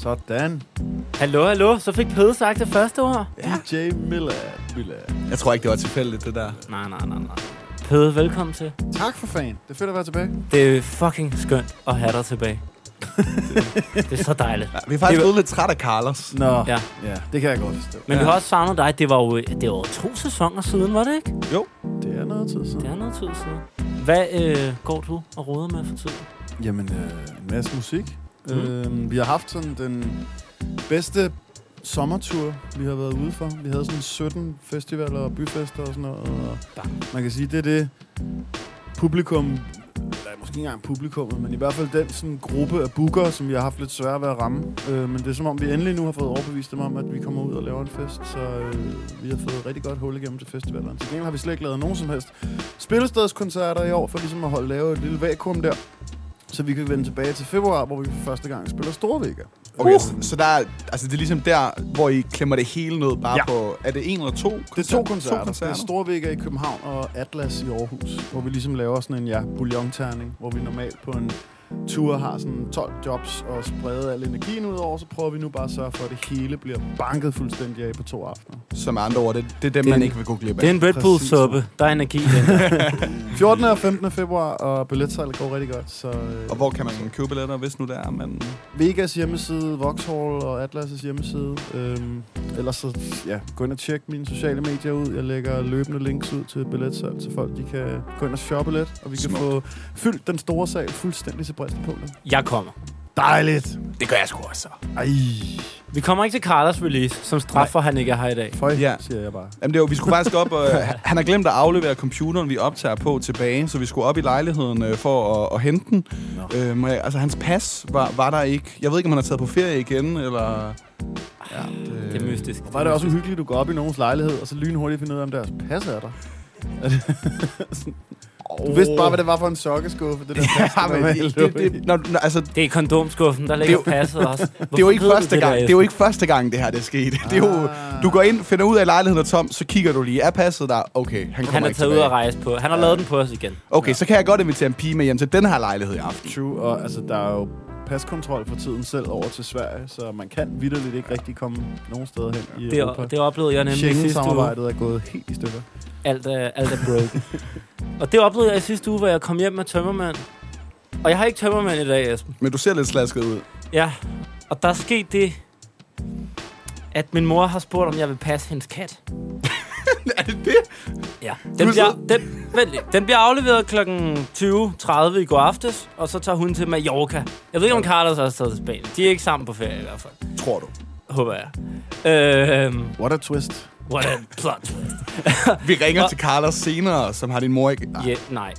Sådan. Hallo. Så fik Pede sagt det første ord. Ja. DJ Miller. Jeg tror ikke, det var tilfældigt, det der. Nej. Pede, velkommen til. Tak for fan. Det er fedt at være tilbage. Det er fucking skønt at have dig tilbage. Det er så dejligt. Ja, vi er faktisk blevet lidt træt af Carlos. Nå, ja, det kan jeg godt forstå. Men vi har også savnet dig. Det var 2 sæsoner siden, var det ikke? Jo. Det er noget tid siden. Hvad går du og roder med for tiden? Jamen, en masse musik. Vi har haft sådan den bedste sommertur, vi har været ude for. Vi havde sådan 17 festivaler og byfester og sådan noget. Og man kan sige, det er det publikum, eller måske ikke engang publikummet, men i hvert fald den sådan gruppe af bookere, som vi har haft lidt svært ved at ramme. Men det er som om, vi endelig nu har fået overbevist dem om, at vi kommer ud og laver en fest. Så vi har fået rigtig godt hul igennem til festivalerne. Til gengæld har vi slet ikke lavet nogen som helst spillestedskoncerter i år, for ligesom at lave et lille vakuum der. Så vi kan vende tilbage til februar, hvor vi for første gang spiller Storvega. Okay, så der er, altså det er ligesom der, hvor I klemmer det hele ned bare på... Er det 1 eller 2? Det er 2 koncerter. Det er Storvega i København og Atlas i Aarhus, hvor vi ligesom laver sådan en bouillon-terning, hvor vi normalt på en tur har sådan 12 jobs og spreder al energien ud over, så prøver vi nu bare at sørge for, at det hele bliver banket fuldstændig af på 2 aftener. Som andre ord, det er dem, man ikke vil gå glip af. Det er en Red Bull-suppe. Der er energi i den. 14. og 15. februar, og billetsalget går rigtig godt. Så, og hvor kan man købe billetter, hvis nu det er? Man... Vegas hjemmeside, Vauxhall og Atlas' hjemmeside. Ellers så, gå ind og tjek mine sociale medier ud. Jeg lægger løbende links ud til billetsalg, så folk de kan gå ind og shoppe lidt, og vi kan få fyldt den store sal fuldstændig til bristepunktet. Jeg kommer. Dejligt. Det gør jeg sgu også. Ej. Vi kommer ikke til Carlos release, som straffer, han ikke er her i dag. Føj, siger jeg bare. Jamen det var, vi skulle faktisk op, og han har glemt at aflevere computeren, vi optager på tilbage, så vi skulle op i lejligheden for at hente den. Altså hans pas var der ikke. Jeg ved ikke, om han har taget på ferie igen, eller... Ja, det er mystisk. Og var det også uhyggeligt, at du går op i nogens lejlighed, og så lynhurtigt finder ud af, om deres pas er der. Du vidste bare, hvad det var for en sokkeskuffe, det der pas, det er kondomskuffen, der ligger passet også. Det er jo ikke første gang. Det er jo ikke første gang, det her det er sket. Det er jo, du går ind, finder ud af lejligheden er tom, så kigger du lige. Er passet der? Okay, han kommer ikke tilbage. Han er taget ud at rejse på. Han har lavet den på os igen. Okay, så kan jeg godt invitere en pige med hjem til den her lejlighed i aften. True, og altså, der er jo paskontrol for tiden selv over til Sverige, så man kan vitterligt ikke rigtig komme nogen steder hen i Europa. Det oplevede jeg nemlig sidste uge. Schengen-samarbejdet er gået helt i stykker. Alt er broken. Og det oplevede jeg i sidste uge, hvor jeg kom hjem med tømmermand. Og jeg har ikke tømmermand i dag, Esben. Men du ser lidt slasket ud. Ja, og der er sket det, at min mor har spurgt, om jeg vil passe hendes kat. Er det det? Ja. Den bliver afleveret kl. 20.30 i går aftes, og så tager hun til Mallorca. Jeg ved ikke, om Carlos også taget til Spanien. De er ikke sammen på ferie i hvert fald. Tror du? Håber jeg. What a twist. What a plot twist. Vi ringer til Carlos senere, som har din mor ikke... Nej.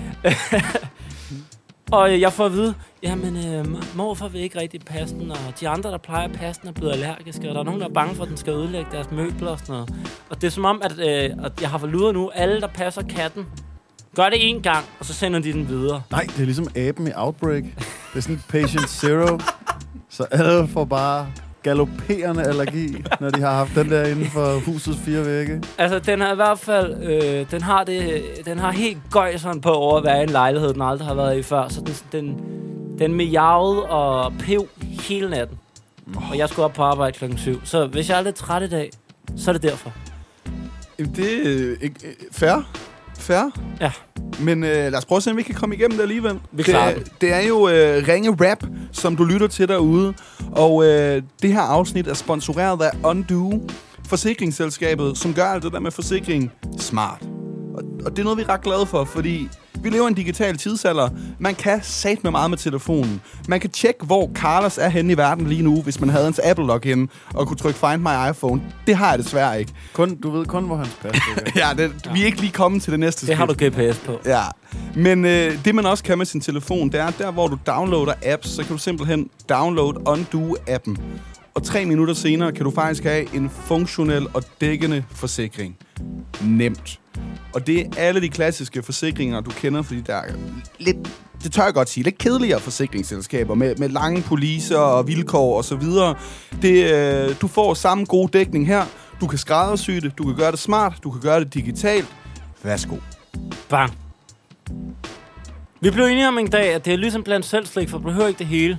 Og jeg får at vide, jamen morfar vil ikke rigtig passe den, og de andre, der plejer at passe den, er blevet allergiske, og der er nogen, der er bange for, at den skal ødelægge deres møbler og sådan noget. Og det er som om, at jeg har fået luret nu, alle, der passer katten, gør det 1 gang, og så sender de den videre. Nej, det er ligesom aben i Outbreak. Det er sådan patient zero, så alle får bare galopperende allergi, når de har haft den der inden for husets 4 vægge. Altså, den har i hvert fald... den har helt gøjseren på over at være i en lejlighed, den aldrig har været i før. Så den miavede og pev hele natten. Og jeg skulle op på arbejde kl. 7. Så hvis jeg er lidt træt i dag, så er det derfor. Det er fair. Ja. Men lad os prøve at se, om vi kan komme igennem det alligevel. Det er jo Ringe Rap, som du lytter til derude. Og det her afsnit er sponsoreret af Undo, forsikringsselskabet, som gør alt det der med forsikring smart. Og det er noget, vi er ret glade for, fordi vi lever i en digital tidsalder. Man kan satme meget med telefonen. Man kan tjekke, hvor Carlos er henne i verden lige nu, hvis man havde hans Apple-login og kunne trykke Find My iPhone. Det har jeg desværre ikke. Du ved kun, hvor hans pas er. Vi er ikke lige kommet til det næste skridt. Det har du GPS på. Ja. Men det, man også kan med sin telefon, det er, der hvor du downloader apps, så kan du simpelthen downloade Undo-appen. Og 3 minutter senere kan du faktisk have en funktionel og dækkende forsikring. Nemt. Og det er alle de klassiske forsikringer, du kender, fordi der er lidt, det tør jeg godt sige, lidt kedeligere forsikringsselskaber med lange policer og vilkår og så videre. Du får samme gode dækning her. Du kan skræddersy det, du kan gøre det smart, du kan gøre det digitalt. Værsgo. Bang. Vi blev enige om en dag, at det er ligesom blandt selvslik, for du behøver ikke det hele.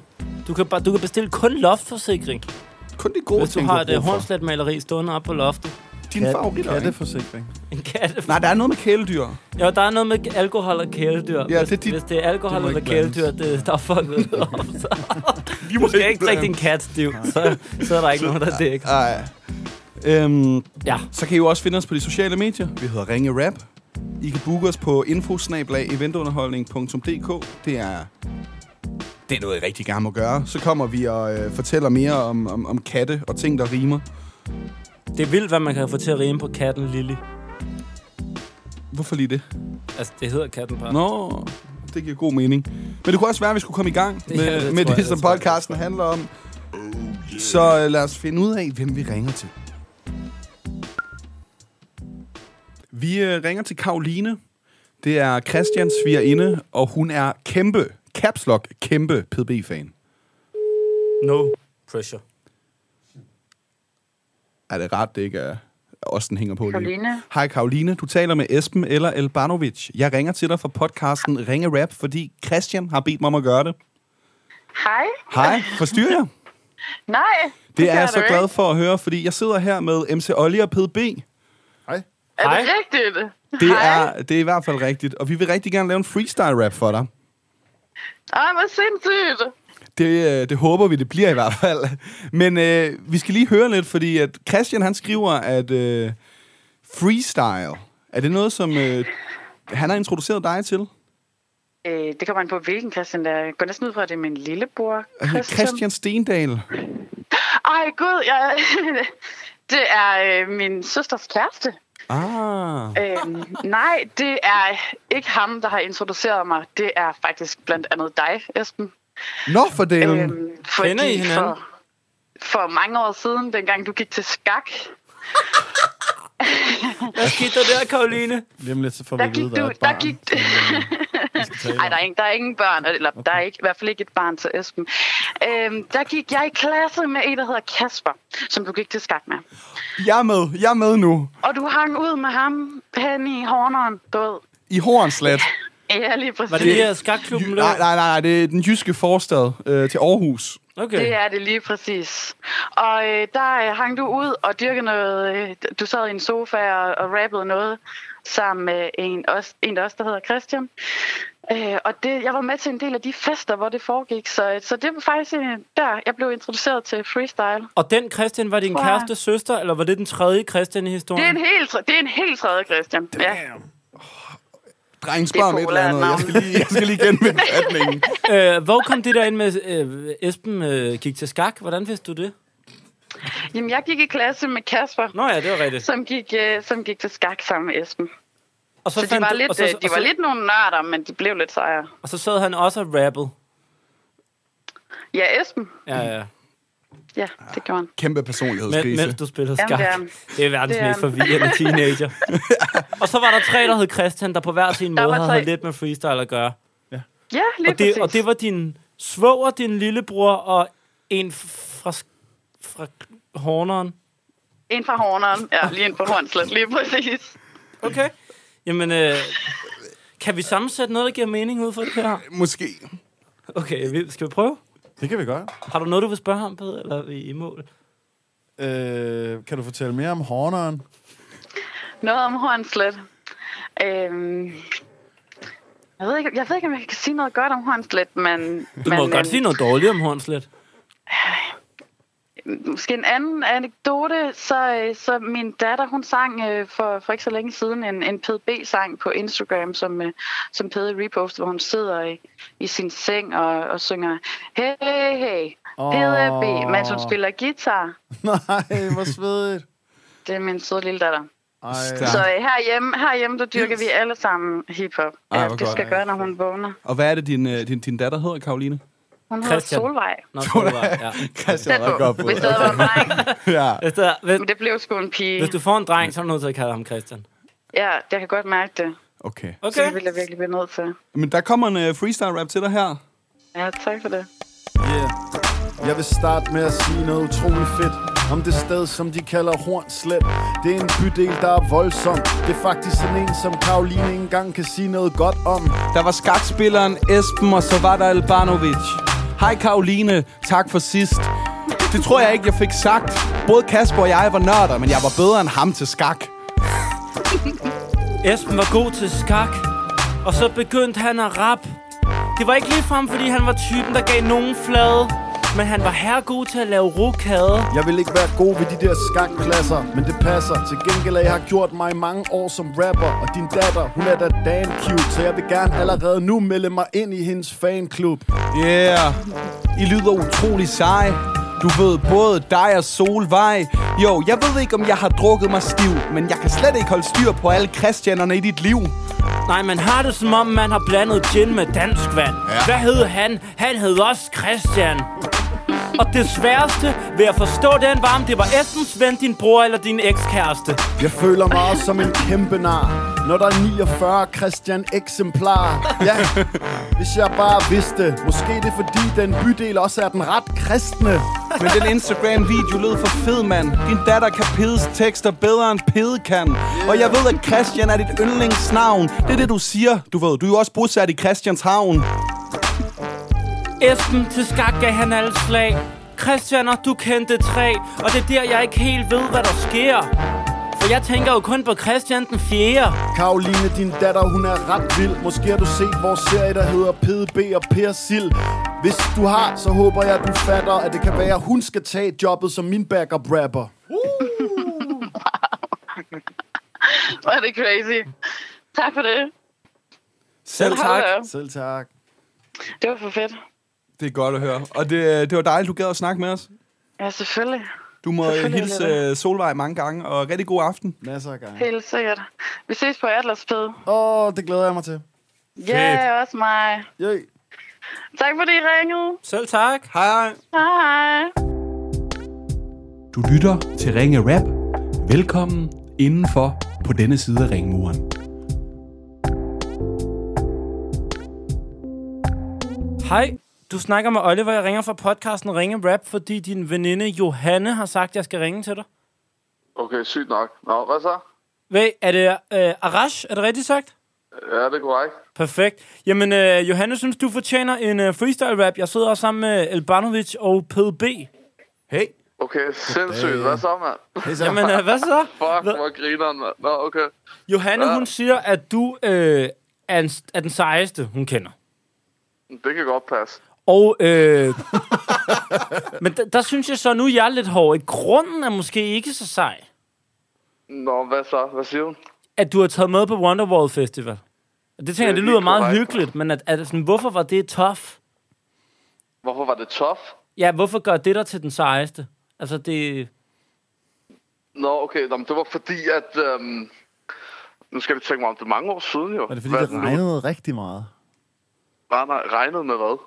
Du kan bestille kun loftforsikring. Kun de gode hvis ting, du har du har et hornslet-maleri stående op på loftet. Din favorit, katteforsikring. En katteforsikring. Nej, der er noget med kæledyr. Jo, der er noget med alkohol og kæledyr. Ja, Hvis det er alkohol eller kæledyr, der er fucket op. Du skal ikke drikke din kat stiv. Så er der ikke nogen, der dækker. Nej. Ja. Så kan I jo også finde os på de sociale medier. Vi hedder Ringe Rap. I kan booke os på info@eventunderholdning.dk. Det er noget, I rigtig gerne må gøre. Så kommer vi og fortæller mere om katte og ting, der rimer. Det er vildt, hvad man kan få til at rime på katten Lily. Hvorfor lige det? Altså, det hedder katten bare. Nå, det giver god mening. Men det kunne også være, at vi skulle komme i gang med det, som podcasten handler om. Så lad os finde ud af, hvem vi ringer til. Vi ringer til Karoline. Det er Christians svigerinde, og hun er kæmpe PDB-fan. No pressure. Er det ret, det ikke er os, den hænger på? Karoline. Hej Karoline, du taler med Esben eller Elbanovic. Jeg ringer til dig fra podcasten Ringe Rap, fordi Christian har bedt mig om at gøre det. Hej. Hej, forstyrrer jeg? Nej. Det er jeg så glad for at høre, fordi jeg sidder her med MC Olli og PDB. Hej. Er det rigtigt? Det er i hvert fald rigtigt, og vi vil rigtig gerne lave en freestyle rap for dig. Ej, hvor sindssygt. Det håber vi, det bliver i hvert fald. Men vi skal lige høre lidt, fordi at Christian han skriver, at freestyle, er det noget, som han har introduceret dig til? Det kommer an på, hvilken Christian der. Jeg går næsten ud fra, at det er min lillebror, Christian Stendal. Ej, gud, det er min søsters kæreste. Nej, det er ikke ham, der har introduceret mig. Det er faktisk blandt andet dig, Esben. Nå, for delen. Kender I hinanden? For mange år siden, dengang du gik til skak. Hvad skete der der, Karoline? Lige om lidt, så får vi at vide, der er et der barn. gik Ej, der er ingen børn, eller der er ikke, i hvert fald ikke et barn til Esben. Der gik jeg i klasse med en, der hedder Kasper, som du gik til skak med. Jeg er med nu. Og du hang ud med ham hen i Horneren, død. I Hornslet. Ja, lige præcis. Var det her skakklubben? Nej, det er den jyske forstad til Aarhus. Okay. Det er det lige præcis. Og der hang du ud og dyrkede noget. Du sad i en sofa og rappede noget sammen med en der også, der hedder Christian. Og jeg var med til en del af de fester, hvor det foregik. Så det var faktisk der, jeg blev introduceret til freestyle. Og den Christian var din kæreste søster, eller var det den tredje Christian i historien? Det er en helt tredje Christian. Ja. Dreng, spørg mig et eller andet. Jeg skal lige genvinde fatningen. Hvor kom det der ind med Esben gik til skak? Hvordan vidste du det? Jamen, jeg gik i klasse med Kasper. Nå ja, det var rigtigt. Som gik til skak sammen med Esben. Og så de var lidt nogle nørder, men de blev lidt sejre. Og så sad han også og rappede. Ja, Esben. Ja. Ja, det gjorde han. Kæmpe personlighedskrise. Mens du spillede skak. Jamen, det er verdens mest forvirrende teenager. Og så var der 3, der hed Christian, der på hver sin måde havde lidt med freestyle at gøre. Ja, lige præcis. Og det var din svoger, din lillebror og en fra Horneren. En fra Horneren, ja, lige en på Hornslet, lige præcis. Okay. Jamen, kan vi sammensætte noget, der giver mening ud for det her? Måske. Okay, skal vi prøve? Det kan vi gøre. Har du noget, du vil spørge ham på, eller er vi i mål? Kan du fortælle mere om Horneren? Noget om Hornslet. Jeg ved ikke, om jeg kan sige noget godt om Hornslet, men... Du må godt sige noget dårligt om Hornslet. Måske en anden anekdote, så min datter, hun sang for ikke så længe siden en PDB-sang på Instagram, som PDB repostede, hvor hun sidder i sin seng og synger hey, hey, PDB, mens hun spiller guitar. Nej, hvor svedigt. Det er min søde lille datter. Ej. Så herhjemme, der dyrker vi alle sammen hiphop. Ja, det skal gøre, når hun vågner. Og hvad er det, din datter hedder, Karoline? Hun hedder Solvej. Nå, Solvej, ja. Christian var godt på. Hvis det var en dreng. Ja. Men det blev sgu en pige. Hvis du får en dreng, så er du nødt til at kalde ham Christian. Ja, jeg kan godt mærke det. Okay. Så det vil jeg virkelig blive nødt til. Men der kommer en freestyle rap til dig her. Ja, tak for det. Yeah. Jeg vil starte med at sige noget utroligt fedt om det sted, som de kalder Hornslet. Det er en bydel, der er voldsom. Det er faktisk sådan en, som Karoline ikke engang kan sige noget godt om. Der var skakspilleren Esben, og så var der Elbanovic. Hej Karoline, tak for sidst. Det tror jeg ikke, jeg fik sagt. Både Kasper og jeg var nørder, men jeg var bedre end ham til skak. Esben var god til skak, og så begyndte han at rap. Det var ikke ligefrem, fordi han var typen, der gav nogen flade, men han var herregod til at lave rokade. Jeg vil ikke være god ved de der skakpladser, men det passer. Til gengæld jeg har gjort mig mange år som rapper, og din datter, hun er da damn cute, så jeg vil gerne allerede nu melde mig ind i hendes fanklub. Yeah, I lyder utrolig sej. Du ved både dig og Solvej. Jo, jeg ved ikke, om jeg har drukket mig stiv, men jeg kan slet ikke holde styr på alle Christianerne i dit liv. Nej, man har det som om, man har blandet gin med dansk vand. Ja. Hvad hed han? Han hed også Christian. Og det sværeste ved at forstå den var, om det var Esbens ven, din bror eller din ekskæreste. Jeg føler mig også som en kæmpe nar, når der er 49 Christian eksemplarer. Ja, hvis jeg bare vidste. Måske det er fordi den bydel også er den ret kristne. Men den Instagram-video lød for fed, mand. Din datter kan pedes tekster bedre end pede kan. Yeah. Og jeg ved, at Christian er dit yndlingsnavn. Det er det, du siger. Du ved, du er jo også bosat i Christianshavn. Esben til skak gav han alle slag. Christianer, du kendte 3. Og det er der, jeg ikke helt ved, hvad der sker. For jeg tænker jo kun på Christian den 4. Karoline, din datter, hun er ret vild. Måske har du set vores serie, der hedder PDB og Persil. Hvis du har, så håber jeg, du fatter, at det kan være, at hun skal tage jobbet som min backup-rapper. Hvor er det crazy. Tak for det. Selv tak. Selv tak. Det var for fedt. Det er godt at høre. Og det var dejligt, du gad at snakke med os. Ja, selvfølgelig. Du må hilse Solvej mange gange, og rigtig god aften. Masser af gange. Helt sikkert. Vi ses på Atlasped. Det glæder jeg mig til. Ja, også mig. Yay. Tak fordi I ringede. Selv tak. Hej. Hej. Du lytter til Ringe Rap. Velkommen indenfor på denne side af ringmuren. Hej, du snakker med Oliver. Jeg ringer fra podcasten Ringe Rap, fordi din veninde Johanne har sagt, at jeg skal ringe til dig. Okay, sygt nok. Nå, hvad så? Er det Arash? Er det rigtigt sagt? Ja, det er korrekt. Perfekt. Jamen, Johanne synes, du fortjener en freestyle-rap. Jeg sidder også sammen med Elbanovic og PDB. Hey. Okay, sindssygt. Hvad så, mand? Hey, så. Jamen, hvad så? Fuck, hvor grineren, mand. Nå, okay. Johanne, hun siger, at du er den sejeste, hun kender. Det kan godt passe. Og, men der synes jeg så, nu er jeg lidt hård. I grunden er måske ikke så sej. Nå, hvad så? Hvad siger du? At du har taget med på Wonderwall Festival. Og det tænker jeg, det lyder meget hyggeligt, men sådan, hvorfor var det tough? Hvorfor var det tough? Ja, hvorfor gør det dig til den sejeste? Altså, det... Nå, okay. Nå, det var fordi, at... nu skal vi tænke mig om det mange år siden, jo. Var det fordi, det regnede rigtig meget? Nej, regnede med hvad?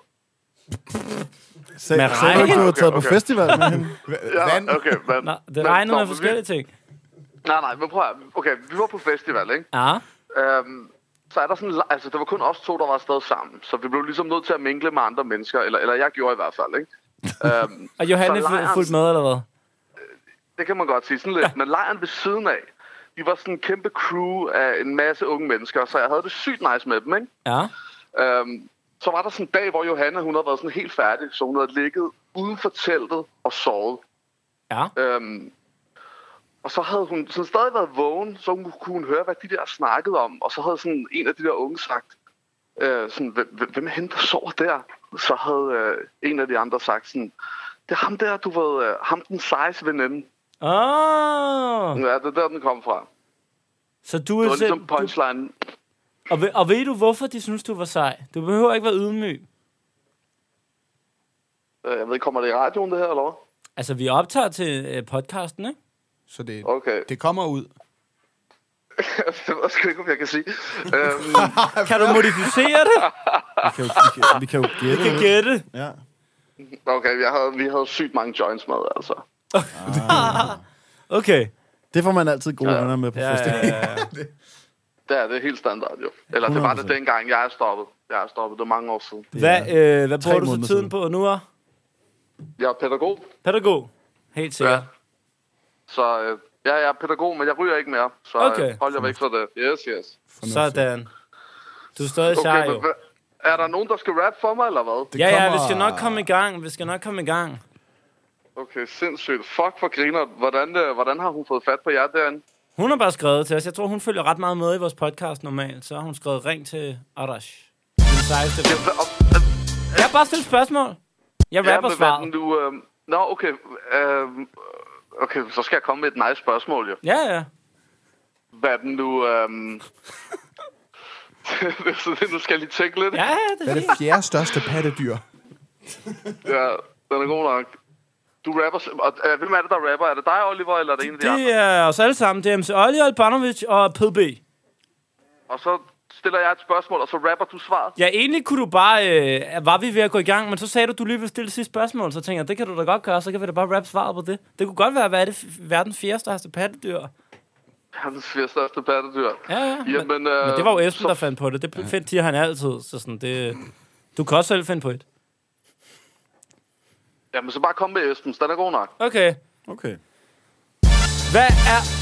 Med regn? Du har taget på festival med hende? Ja, okay. Men, det regnede med forskellige ting. Nej, men prøv at... Okay, vi var på festival, ikke? Ja. Så er der sådan... Altså, det var kun os to, der var afsted sammen. Så vi blev ligesom nødt til at mingle med andre mennesker. Eller jeg gjorde i hvert fald, ikke? Og Johanne fulgte med, eller hvad? Det kan man godt sige. Sådan lidt. Ja. Men lejren ved siden af, de var sådan en kæmpe crew af en masse unge mennesker. Så jeg havde det sygt nice med dem, ikke? Ja. Så var der sådan en dag, hvor Johanne, hun havde været sådan helt færdig. Så hun havde ligget uden for teltet og sovet. Ja. Og så havde hun sådan stadig været vågen, så kunne hun høre, hvad de der snakkede om. Og så havde sådan en af de der unge sagt, hvem er hende, der sover der? Så havde en af de andre sagt sådan, det er ham der, du ved, ham den sejs veninde. Ja, det er der, den kom fra. Så du det var ligesom punchline. Og ved du, hvorfor de synes, du var sej? Du behøver ikke være ydmyg. Jeg ved ikke, kommer det i radioen, det her, eller hvad? Altså, vi optager til podcasten, ikke? Så det kommer ud. Det var sgu ikke, om jeg kan sige. Kan du modificere det? Vi kan jo gætte. Vi kan gætte. Ja. Okay, vi havde sygt mange joints med, altså. Okay. Det får man altid gode venner med på festival. Det er helt standard, jo. Eller 100%. Det var det dengang, jeg er stoppet. Det er mange år siden. Hvad bruger du så tiden på nu? Jeg er pædagog. Pædagog? Helt sikkert. Ja. Så jeg er pædagog, men jeg ryger ikke mere. Så hold jeg væk fra det. Yes. Sådan. Du er stadig sej, jo. Er der nogen, der skal rap for mig, eller hvad? Ja, vi skal nok komme i gang. Okay, sindssygt. Fuck for griner. Hvordan har hun fået fat på jer derinde? Hun har bare skrevet til os. Jeg tror, hun følger ret meget med i vores podcast normalt. Så har hun skrevet, ring til Arash. Den sejeste. Jeg har bare stillet spørgsmål. Jeg rapper svaret. Nå, okay. Okay, så skal jeg komme med et nice spørgsmål, jo. Ja. Hvad er den nu... Nu skal jeg lige tænke lidt. Ja, Hvad er det fjerde største pattedyr? Ja, den er god nok. Du rapper... Hvem er det, der rapper? Er det dig, Oliver, eller er det en af de andre? Det er os alle sammen. Det er MC Olli, Albanovic og PB. Og så stiller jeg et spørgsmål, og så rapper du svaret? Ja, egentlig kunne du bare... var vi ved at gå i gang, men så sagde du lige ville stille sidste spørgsmål. Så tænkte jeg, det kan du da godt gøre, så kan vi da bare rappe svaret på det. Det kunne godt være, hvad er det verdens fjerde største pattedyr? Verdens fjerde største pattedyr? Ja. Jamen, men det var jo Esben, der fandt på det. Det fandt han altid. Så sådan, det... Du kan også selv finde på et. Jamen, så bare kom med Esbens. Den er god nok. Okay. Hvad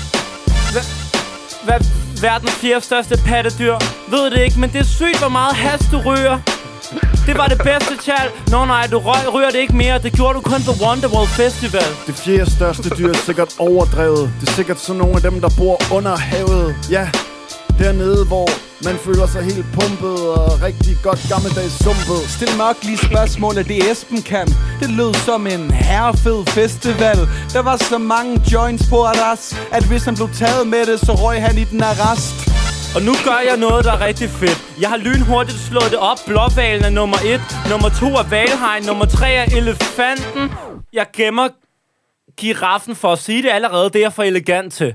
verdens fjerde største pattedyr? Ved det ikke, men det er sygt, hvor meget hash du ryger. Det var det bedste tal. Nej, du ryger det ikke mere. Det gjorde du kun på Wonderworld Festival. Det fjerde største dyr er sikkert overdrevet. Det er sikkert sådan nogle af dem, der bor under havet. Ja, dernede, hvor man føler sig helt pumpet og rigtig godt gammeldags sumpet. Stil nok lige spørgsmål af det Esben kan. Det lød som en herrefed festival. Der var så mange joints på Aras, at hvis han blev taget med det, så røg han i den arrest. Og nu gør jeg noget, der er rigtig fedt. Jeg har lynhurtigt slået det op. Blåhvalen er nummer 1. Nummer 2 er hvalhajen. Nummer 3 er elefanten. Jeg gemmer giraffen for at sige det allerede. Det er jeg for elegant til.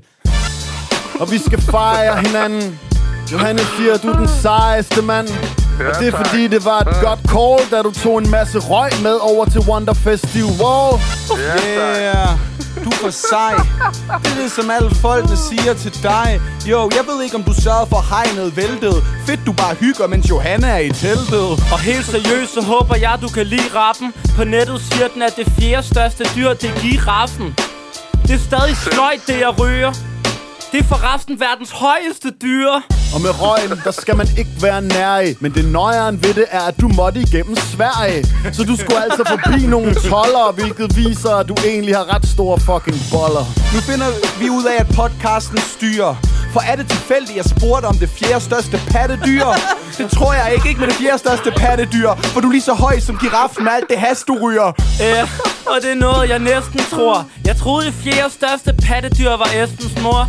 Og vi skal fejre hinanden. Johannes siger, du er den sejeste mand. Og det er fordi, det var et godt call, da du tog en masse røg med over til Wonder Festival. Yeah, du er for sej. Det er det, som alle folkene siger til dig. Jo, jeg ved ikke, om du sørger for hegnet væltet. Fedt, du bare hygger, mens Johanna er i teltet. Og helt seriøst, så håber jeg, du kan lide rappen. På nettet siger den, at det fjerde største dyr, det er giraffen. Det er stadig sløjt, det jeg ryger. Det er forresten verdens højeste dyr. Og med røgen, der skal man ikke være nær i. Men det nøjeren ved det er, at du måtte igennem Sverige. Så du skulle altså forbi nogle toller, hvilket viser, at du egentlig har ret store fucking boller. Nu finder vi ud af, at podcasten styrer. For er det tilfældigt, jeg spurgte om det fjerde største pattedyr? Det tror jeg ikke med det fjerde største pattedyr. For du er lige så høj som giraffen med alt det has, du ryger. Og det er noget, jeg næsten tror. Jeg troede, det fjerde største pattedyr var Esbens mor.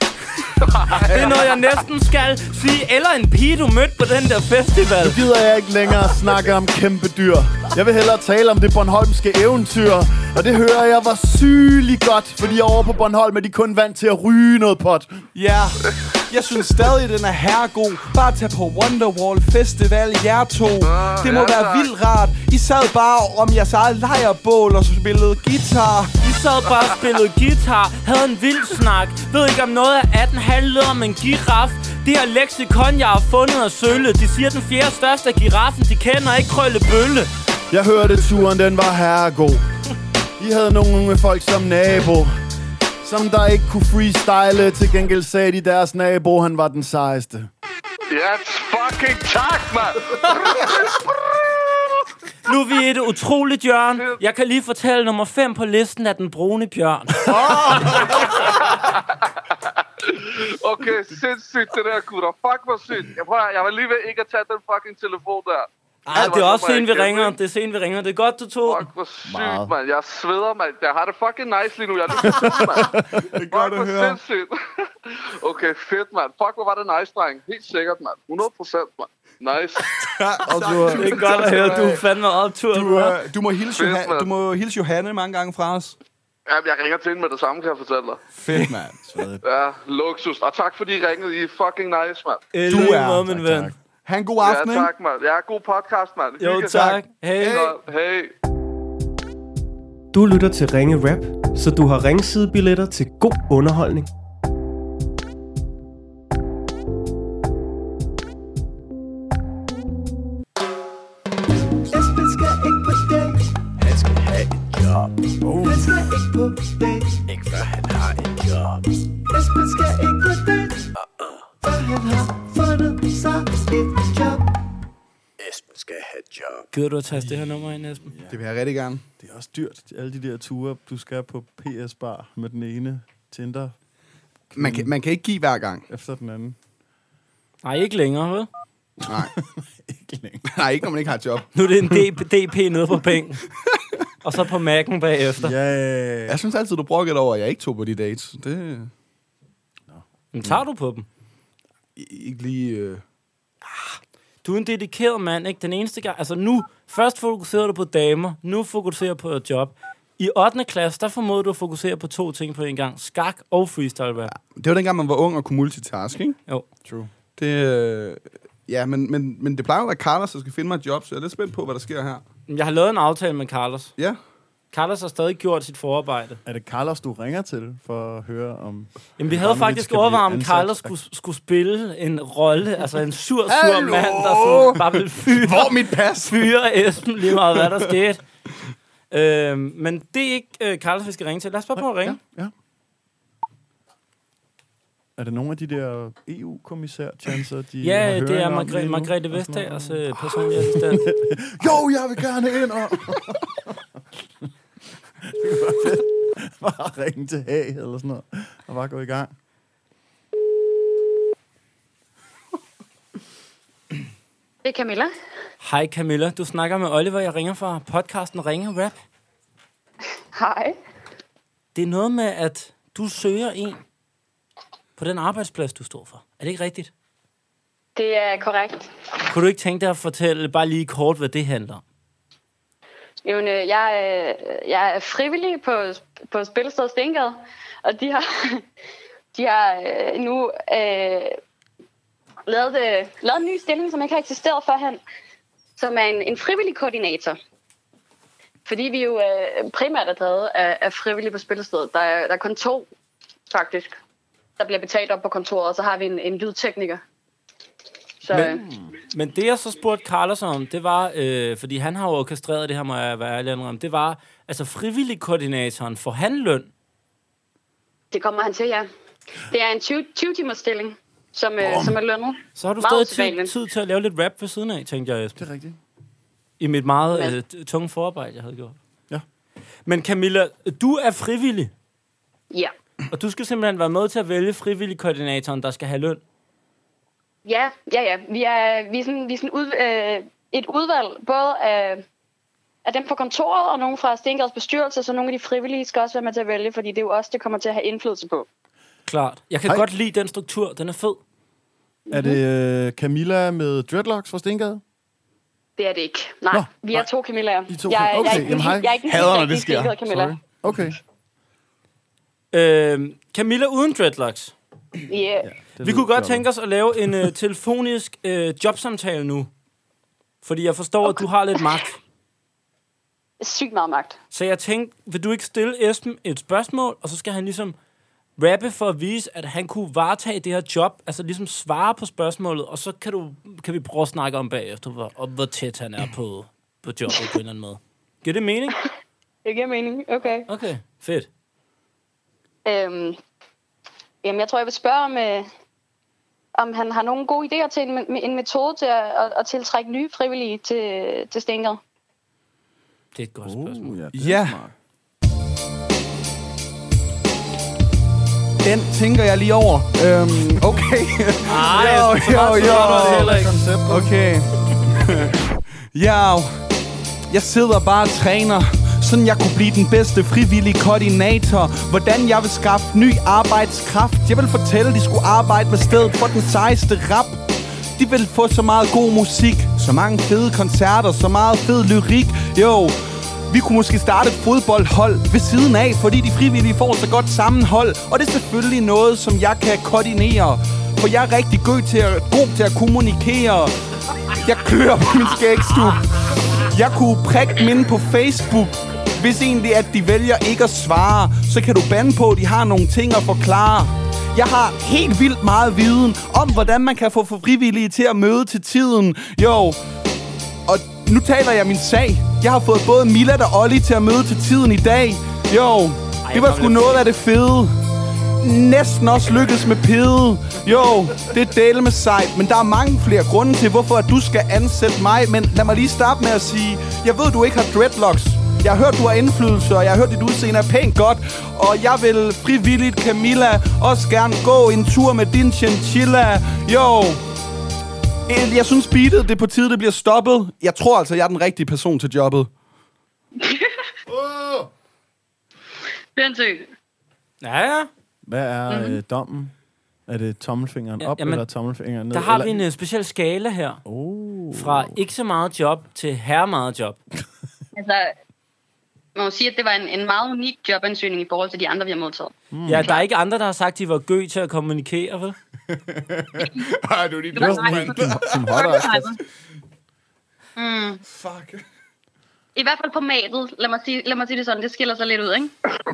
Det er noget, jeg næsten skal sige. Eller en pige, du mødte på den der festival. Nu gider jeg ikke længere snakke om kæmpe dyr. Jeg vil hellere tale om det bornholmske eventyr. Og det hører jeg var sygeligt godt. Fordi over på Bornholm er de kun vant til at ryge noget pot. Ja, jeg synes stadig, den er herregod. Bare tag på Wonderwall Festival, jer to. Det må være vildt rart. I sad bare om jeres eget lejrbål og spillede guitar. I sad bare og spillede guitar, havde en vild snak. Ved ikke om noget af 18 handlede om en giraf. Det her leksikon, jeg har fundet af sølle. De siger, den fjerde største af giraffen, de kender ikke Krøllebølle. Jeg hørte turen, den var herregod. I havde nogle unge folk som nabo, som der ikke kunne freestyle. Til gengæld sagde de, deres nabo, han var den sejeste. Yes, fucking tak, mand! Nu er vi i et utroligt hjørne. Jeg kan lige fortælle, nummer 5 på listen er den brune bjørn. Okay, sindssygt det der, gutter. Fuck, hvor sygt. Jeg var lige ved ikke at tage den fucking telefon der. Ej, det er også sent, vi ringer. Det er sent, vi ringer. Det er godt, du tog. Fuck, hvor sygt, mand. Jeg sveder, mand. Jeg har det fucking nice lige nu. Jeg er lige mand. Det er godt at høre. Sindssygt. Okay, fedt, mand. Fuck, hvor var det nice, dreng. Helt sikkert, mand. 100%, mand. Nice. Det er godt at høre, du er fandme optur. Du må hilse Johanne mange gange fra os. Ja, jeg ringer til hende med det samme, kan jeg fortælle dig. Fedt, mand. Ja, luksus. Og tak fordi I ringede. I er fucking nice, mand. Du er med, min ven. Ha' en god aften, ja, tak, mand. Ja, god podcast, mand. Jo, tak. Hej. Hej. Du lytter til Ringe Rap, så du har ringsidebilletter til god underholdning. Esben skal ikke på date. Han skal have et job. Han skal ikke på date. Ikke før han har et job. Esben skal ikke på date. Før han har fundet sig et job. Esben. skal have et job. Gider du at tage det her nummer ind, Esben? Det vil jeg rigtig gerne. Det er også dyrt, alle de der ture, du skal på PS-bar med den ene Tinder Man kan ikke give hver gang. efter den anden. Nej, ikke længere, vel? Nej. Ikke længere. Nej, ikke når man ikke har et job. Nu er det en DP nede på penge. Og så på Mac'en bagefter. Ja. Jeg synes altid, du brokkede over, at jeg ikke tog på de dates. Det Men tager du på dem? ikke lige... Du er en dedikeret mand, ikke? Den eneste gang... Altså nu, først fokuserer du på damer, nu fokuserer du på et job. I 8. klasse, der formåede du at fokusere på 2 ting på en gang. Skak og freestyle rap. Det var dengang, man var ung og kunne multitask, ikke? Jo. True. Det... Ja, men det plejer jo at være Carlos, der skal finde mig et job, så jeg er lidt spændt på, hvad der sker her. Jeg har lavet en aftale med Carlos. Ja. Carlos har stadig gjort sit forarbejde. Er det Carlos, du ringer til for at høre om... Jamen, vi havde faktisk overvejet, om Carlos skulle spille en rolle. Altså en sur mand, der sådan bare ville Hvor er mit pas? fyre Esben lige meget, hvad der skete. Men det er ikke Carlos, vi skal ringe til. Lad os bare prøve at ringe. Ja. Er det nogle af de der EU-kommissær-chancer, de Ja, har det er høring om lige nu? Margrethe Vestagers personlige assistent. Jo, jeg vil gerne ind og... Det var fedt. Bare ringe til Haag eller sådan noget. Og bare gå i gang. Det er Camilla. Hej Camilla, du snakker med Oliver. Jeg ringer fra podcasten Ringe Rap. Hej. Det er noget med, at du søger en på den arbejdsplads, du står for. Er det ikke rigtigt? Det er korrekt. Kunne du ikke tænke dig at fortælle bare lige kort, hvad det handler om? Jo, jeg er frivillig på Spillested Stengade, og de har nu lavet en ny stilling, som ikke har eksisteret førhen, som er en frivillig koordinator. Fordi vi jo primært er drevet af frivillige på Spillestedet. Der er kun 2, faktisk, der bliver betalt op på kontoret, og så har vi en lydtekniker. Så, Men det, jeg så spurgte Carlos om, det var, fordi han har jo orkestreret det her, må jeg være ærlig om, det var, altså frivillig koordinatoren, får han løn? det kommer han til, ja. Det er en 20-timers stilling, som er lønnet. Så har du Meget stadig tid til at lave lidt rap ved siden af, tænkte jeg, Esben. Det er rigtigt. I mit meget tunge forarbejde, jeg havde gjort. Ja. Men Camilla, du er frivillig, Ja. og du skal simpelthen være med til at vælge frivillig koordinatoren, der skal have løn. Ja. Vi er sådan et udvalg, både af dem på kontoret og nogle fra Stengaards bestyrelse, så nogle af de frivillige skal også være med til at vælge, fordi det er jo også det kommer til at have indflydelse på. Klart. Jeg kan godt lide den struktur, den er fed. Er det Camilla med dreadlocks fra Stengade? Det er det ikke. Nej, Nå, vi er 2 Camillaer. I 2 Jeg er okay, ikke jamen, hej. jeg er ikke den Hader, når helt det sker. rigtige Camilla. Sorry. Okay. Camilla uden dreadlocks. Yeah. Vi kunne godt tænke os at lave en telefonisk jobsamtale nu. Fordi jeg forstår, at du har lidt magt. Sygt meget magt. Så jeg tænkte, vil du ikke stille Esben et spørgsmål, og så skal han ligesom rappe for at vise, at han kunne varetage det her job, altså ligesom svare på spørgsmålet, og så kan vi prøve at snakke om bagefter, hvor tæt han er på jobbet på en eller anden måde. Giver det mening? Det giver mening. Okay. Okay, fedt. Jamen, jeg tror, jeg vil spørge om han har nogle gode idéer til en metode til at tiltrække nye frivillige til Stengade. Det er et godt spørgsmål. Ja. Ja. Den tænker jeg lige over. Okay. Okay. Jeg sidder bare og træner, sådan jeg kunne blive den bedste frivillige koordinator. Hvordan jeg vil skaffe ny arbejdskraft. Jeg vil fortælle, de skulle arbejde med stedet for den sejeste rap. De vil få så meget god musik, så mange fede koncerter, så meget fed lyrik. Jo, vi kunne måske starte et fodboldhold ved siden af, fordi de frivillige får så godt sammenhold. Og det er selvfølgelig noget, som jeg kan koordinere, for jeg er rigtig god til at kommunikere. Jeg klør på min skægstub. Jeg kunne prikke minde på Facebook. Hvis egentlig, at de vælger ikke at svare, så kan du bande på, at de har nogle ting at forklare. Jeg har helt vildt meget viden om, hvordan man kan få frivillige til at møde til tiden. Jo, og nu taler jeg min sag. Jeg har fået både Milad og Olli til at møde til tiden i dag. Jo, det var sgu noget af det fede. næsten også lykkes med pide. Jo, det er dele med sejt, men der er mange flere grunde til, hvorfor at du skal ansætte mig. Men lad mig lige starte med at sige, jeg ved, du ikke har dreadlocks. Jeg har hørt, du har indflydelse, og jeg har hørt, dit udseende er pænt godt. Og jeg vil frivilligt, Camilla, også gerne gå en tur med din chinchilla. Jo, jeg synes beatet, det er på tide, det bliver stoppet. Jeg tror altså, jeg er den rigtige person til jobbet. Sindssygt. Ja. Hvad er dommen? Er det tommelfingeren op, eller tommelfingeren ned? Der har vi en speciel skala her. Fra ikke så meget job til herre meget job. Altså, man må sige, at det var en meget unik jobansøgning i forhold til de andre, vi har modtaget. Ja, der er ikke andre, der har sagt, at de var gø til at kommunikere, vel? Ej, du er lige Fuck. I hvert fald formatet, lad mig sige det sådan, det skiller sig lidt ud, ikke?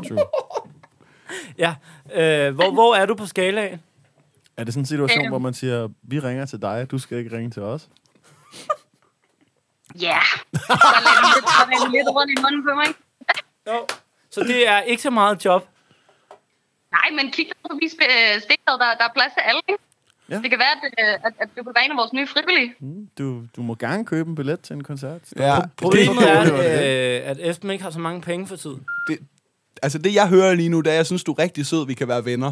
Ja, hvor er du på skalaen? Er det sådan en situation, hvor man siger, vi ringer til dig, du skal ikke ringe til os? Ja, så lader lidt rundt i munden på mig. Jo. Så det er ikke så meget job? Nej, men kig dig forbi stikket, der er plads til alle, ikke? Ja. Det kan være, at du kan være en af vores nye frivillige. Du må gerne købe en billet til en koncert. Ja. Problemet er, at Esben ikke har så mange penge for tid. Det jeg hører lige nu, det er, jeg synes, du er rigtig sød, vi kan være venner.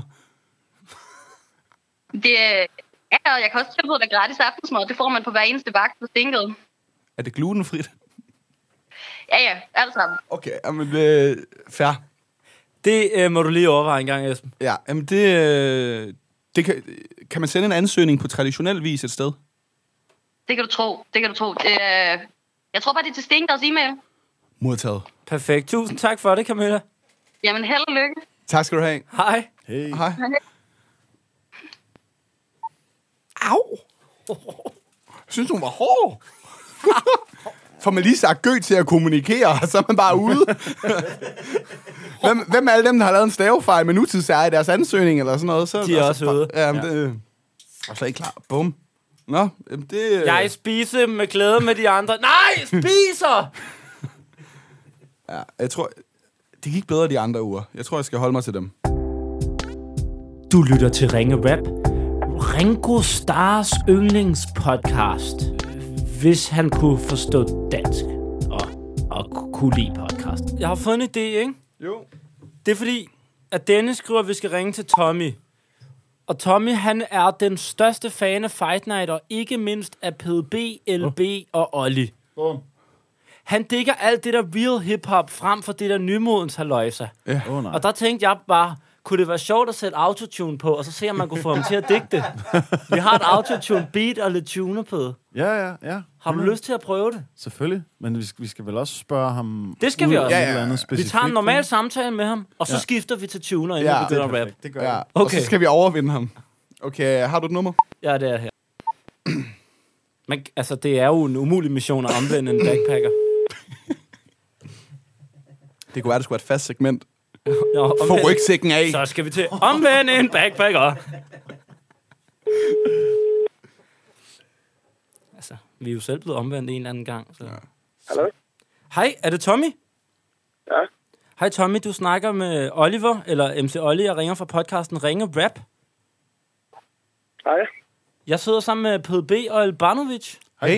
Og jeg kan også tilbyde dig gratis aftensmad. Det får man på hver eneste vagt på Stenggade. Er det glutenfrit? Ja, alt sammen. Okay, jamen fair. Det må du lige overveje en gang, Esben. Ja, jamen det kan man sende en ansøgning på traditionel vis et sted? Det kan du tro. Jeg tror bare, det er til Stenggades e-mail. Modtaget. Perfekt. Tusind tak for det, Camilla. Jamen, held og lykke. Tak skal du have. Hej. Hey. Hej. Au. Synes hun var hård? Får man lige sagt gø til at kommunikere, og så er man bare ude. Hvem er alle dem, der har lavet en stavefejl med nutidseje i deres ansøgning, eller sådan noget? Så de er også ude. Ja, det og så er I klar. Bum. Nå, det... Jeg spiser med glæde med de andre. Nej, spiser! Ja, jeg tror... Det gik bedre de andre uger. Jeg tror, jeg skal holde mig til dem. Du lytter til Ringe Rap. Ringo Starrs yndlingspodcast. Hvis han kunne forstå dansk og kunne lide podcast. Jeg har fået en idé, ikke? Jo. Det er fordi, at Dennis skriver, at vi skal ringe til Tommy. Og Tommy, han er den største fan af Fight Night, og ikke mindst af PDB, LB og Olli. Han digger alt det der real hip-hop frem for det der nymodens halløjsa. Ja. Og der tænkte jeg bare, kunne det være sjovt at sætte autotune på, og så se, om man kunne få ham til at digte det. Vi har et autotune beat og lidt tuner på det. Ja. Har du lyst til at prøve det? Selvfølgelig, men vi skal vel også spørge ham... Det skal vi også. Ja. Vi tager en normal samtale med ham, og så skifter vi til tuner, inden vi begynder at rap. Det gør jeg. Okay. Og så skal vi overvinde ham. Okay, har du et nummer? Ja, det er her. Men altså, det er jo en umulig mission at omvende en backpacker. Det kunne være, det skulle være et fast segment. Få rygsækken af. Så skal vi til omvende en backpacker. Altså, vi er jo selv blevet omvendt en eller anden gang. Så. Hallo? Hej, er det Tommy? Ja. Hej Tommy, du snakker med Oliver, eller MC Olli, jeg ringer fra podcasten Ringe Rap. Hej. Jeg sidder sammen med PDB og Elbanovic. Hej.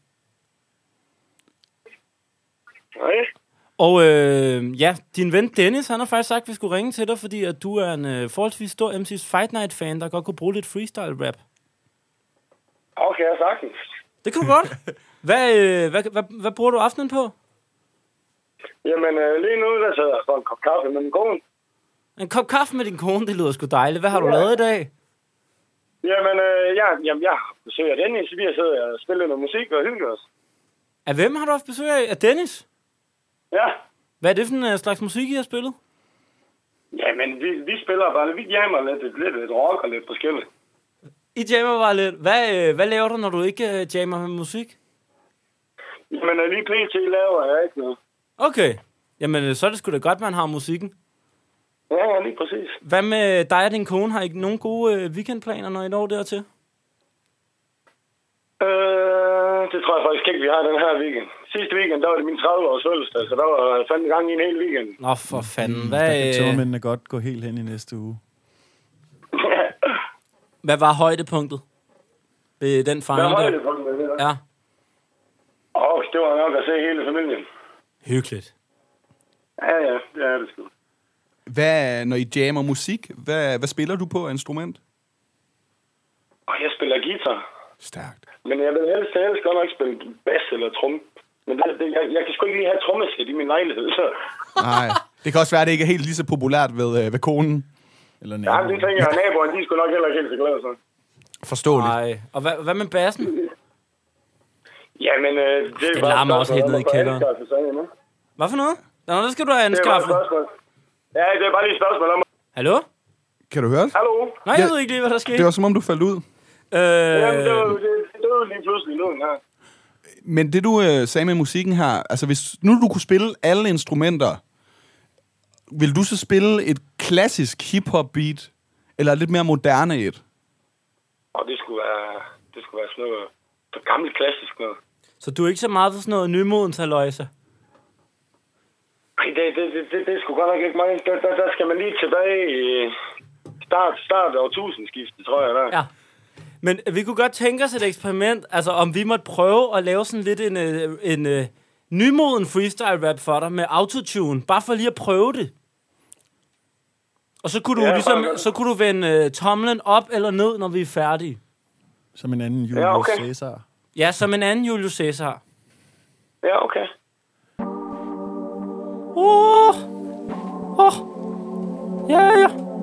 Hej. Og ja, din ven Dennis, han har faktisk sagt, at vi skulle ringe til dig, fordi at du er en forholdsvis stor MC's Fight Night-fan, der godt kunne bruge lidt freestyle-rap. Okay, jeg sagtens. Det kunne du godt. Hvad bruger du aftenen på? Jamen, lige nu, der sidder jeg for en kop kaffe med min kone. En kop kaffe med din kone, det lyder sgu dejligt. Hvad har du lavet i dag? Jamen, jeg har besøg af Dennis. Vi har siddet og spillet noget musik og hygget os. Af hvem har du haft besøg af? Af Dennis? Ja. Hvad er det for en slags musik, I har spillet? Jamen, vi spiller bare, vi jammer lidt rock og lidt forskelligt. I jammer bare lidt. Hvad laver du, når du ikke jammer med musik? Jamen, lige pt. laver jeg ikke noget. Okay. Jamen, så er det sgu da godt, man har musikken. Ja, lige præcis. Hvad med dig og din kone? Har I nogen gode weekendplaner, når I når dertil? Det tror jeg faktisk ikke, vi har den her weekend. Sidste weekend, der var det min 30-års fødselsdag, så der var fandme gang i en hel weekend. Nå, for fanden. Der kan tørmændene godt gå helt hen i næste uge. Hvad var højdepunktet ved den fejring? Hvad var højdepunktet ved det? Ja. Det var nok at se hele familien. Hyggeligt. Ja, det er det sgu. Hvad, når I jammer musik, hvad spiller du på af instrument? Jeg spiller guitar. Stærkt. Men jeg vil helst godt nok spille bass eller trum. Men jeg kan sgu ikke lige have trommesæt i min lejlighed. Så. Nej, det kan også være, at det ikke er helt lige så populært ved konen. Eller ja, det tænker jeg, naboerne, de skulle nok heller ikke helt så glade så. Forståeligt. Nej. Og hvad med bassen? Jamen, det larmer også helt ned i kælderen. Hvad for noget? Nå, det skal du have anskaffet. Ja, det er bare lige et spørgsmål om... Hallo? Kan du høre det? Hallo? Nej, jeg ved ikke lige, hvad der skete. Det var som om, du faldt ud. Jamen, det var lige pludselig lyden her. Men det, du sagde med musikken her, altså hvis nu du kunne spille alle instrumenter, vil du så spille et klassisk hip-hop beat, eller lidt mere moderne et? Og det skulle være sådan noget for gammelt klassisk noget. Så du er ikke så meget for sådan noget nymodens halløjse? Nej, det er sgu godt nok ikke mange. Der skal man lige tilbage i start af årtusindskiftet, tror jeg der. Ja. Men vi kunne godt tænke os et eksperiment, altså om vi måtte prøve at lave sådan lidt en nymoden freestyle-rap for dig med autotune, bare for lige at prøve det. Og så kunne du så kunne du vende tomlen op eller ned, når vi er færdige. Som en anden Julius Caesar. Ja, som en anden Julius Caesar. Ja, okay. Ja.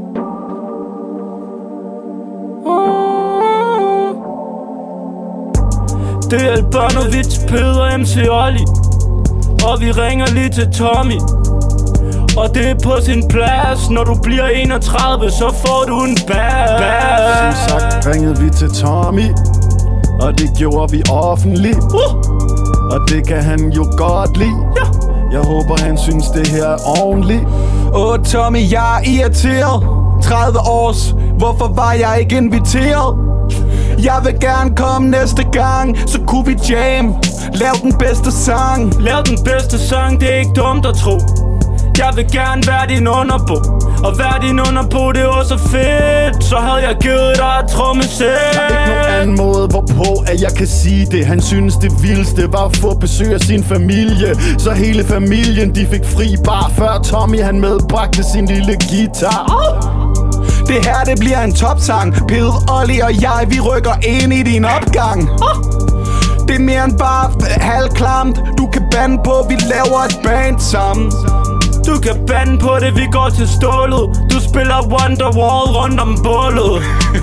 Det er Albanovic, Peder, MC Olli. Og vi ringer lige til Tommy. Og det er på sin plads. Når du bliver 31, så får du en bas. Som sagt ringede vi til Tommy, og det gjorde vi offentligt. Og det kan han jo godt lide. Jeg håber han synes det her er ordentligt. Tommy, jeg er irriteret. 30 års, hvorfor var jeg ikke inviteret? Jeg vil gerne komme næste gang, så kunne vi jam. Lav den bedste sang. Lav den bedste sang, det er ikke dumt at tro. Jeg vil gerne være din underbo. Og være din underbo, det var så fedt. Så havde jeg givet dig et trommesæt. Der er ikke nogen anden måde, hvorpå at jeg kan sige det. Han synes det vildeste var at få besøg af sin familie. Så hele familien, de fik fri bar, før Tommy han medbragte sin lille guitar. Det her, det bliver en topsang. Pede, Olli og jeg, vi rykker ind i din opgang. Det er mere end bare halvklamt. Du kan bande på, vi laver et band sammen. Du kan bande på det, vi går til stålet. Du spiller Wonderwall rundt om bålet.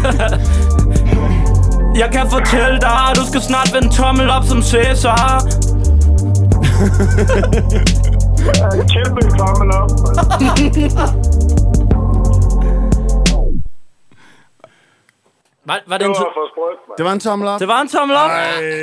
Jeg kan fortælle dig, du skal snart vende tommel op som Cæsar. Kæmpe tommel op. Var det en Det var en tommel op. Det var en tommel op.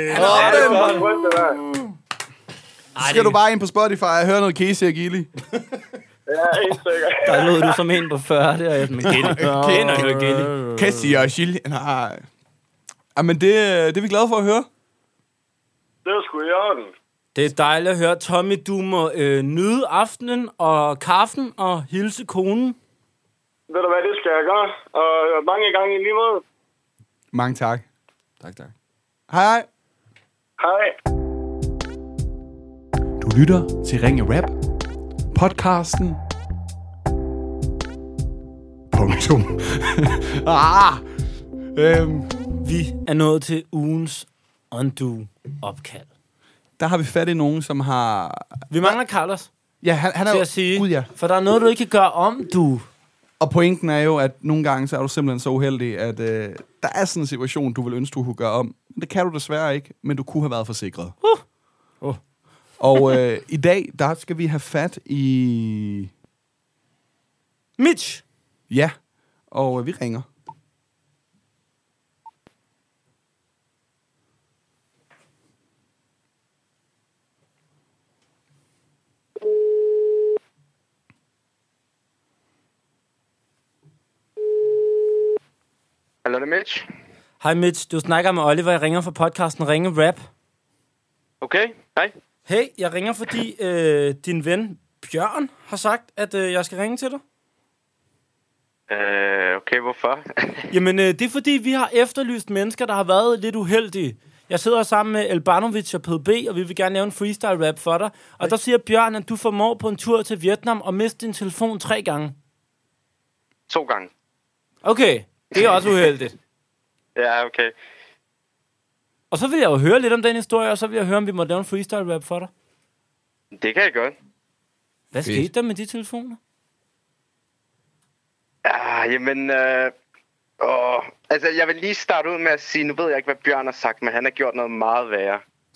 Skal du bare ind på Spotify og høre noget Casey og Gilly? Ja, helt sikkert. Der lød du som en på 40 der. Men kender jo Gilly. Casey og Gilly. Nej. Men det er vi glade for at høre. Det var sgu i orden. Det er dejligt at høre. Tommy, du må nyde aftenen og kaffen og hilse konen. Ved du hvad, det skal jeg gøre. Og mange gange i lige måde. Mange tak. Tak. Hej. Hej. Du lytter til Ringe Rap. Podcasten. Punktum. Vi er nået til ugens Undo-opkald. Der har vi fat i nogen, som har... Vi mangler Carlos. Ja, han er til jo... at sige, Gud, ja. for der er noget, du ikke kan gøre om, du. Og pointen er jo, at nogle gange så er du simpelthen så uheldig, at der er sådan en situation, du vil ønske, du kunne gøre om. Men det kan du desværre ikke, men du kunne have været forsikret. Og i dag, der skal vi have fat i... Mitch. Ja, og vi ringer. Hallo, det er Mitch. Hej Mitch, du snakker med Oliver. Jeg ringer fra podcasten Ringe Rap. Okay, hej. Hey, jeg ringer, fordi din ven Bjørn har sagt, at jeg skal ringe til dig. Okay, hvorfor? Jamen, det er fordi, vi har efterlyst mennesker, der har været lidt uheldige. Jeg sidder sammen med Elbanovic og PDB, og vi vil gerne lave en freestyle-rap for dig. Og der siger Bjørn, at du formår på en tur til Vietnam og miste din telefon 3 gange. 2 gange. Okay, det er også uheldigt. Ja, okay. Og så vil jeg jo høre lidt om den historie, og så vil jeg høre, om vi må lave en freestyle-rap for dig. Det kan jeg godt. Hvad skete der med de telefoner? Jamen, altså, jeg vil lige starte ud med at sige, nu ved jeg ikke, hvad Bjørn har sagt, men han har gjort noget meget værre.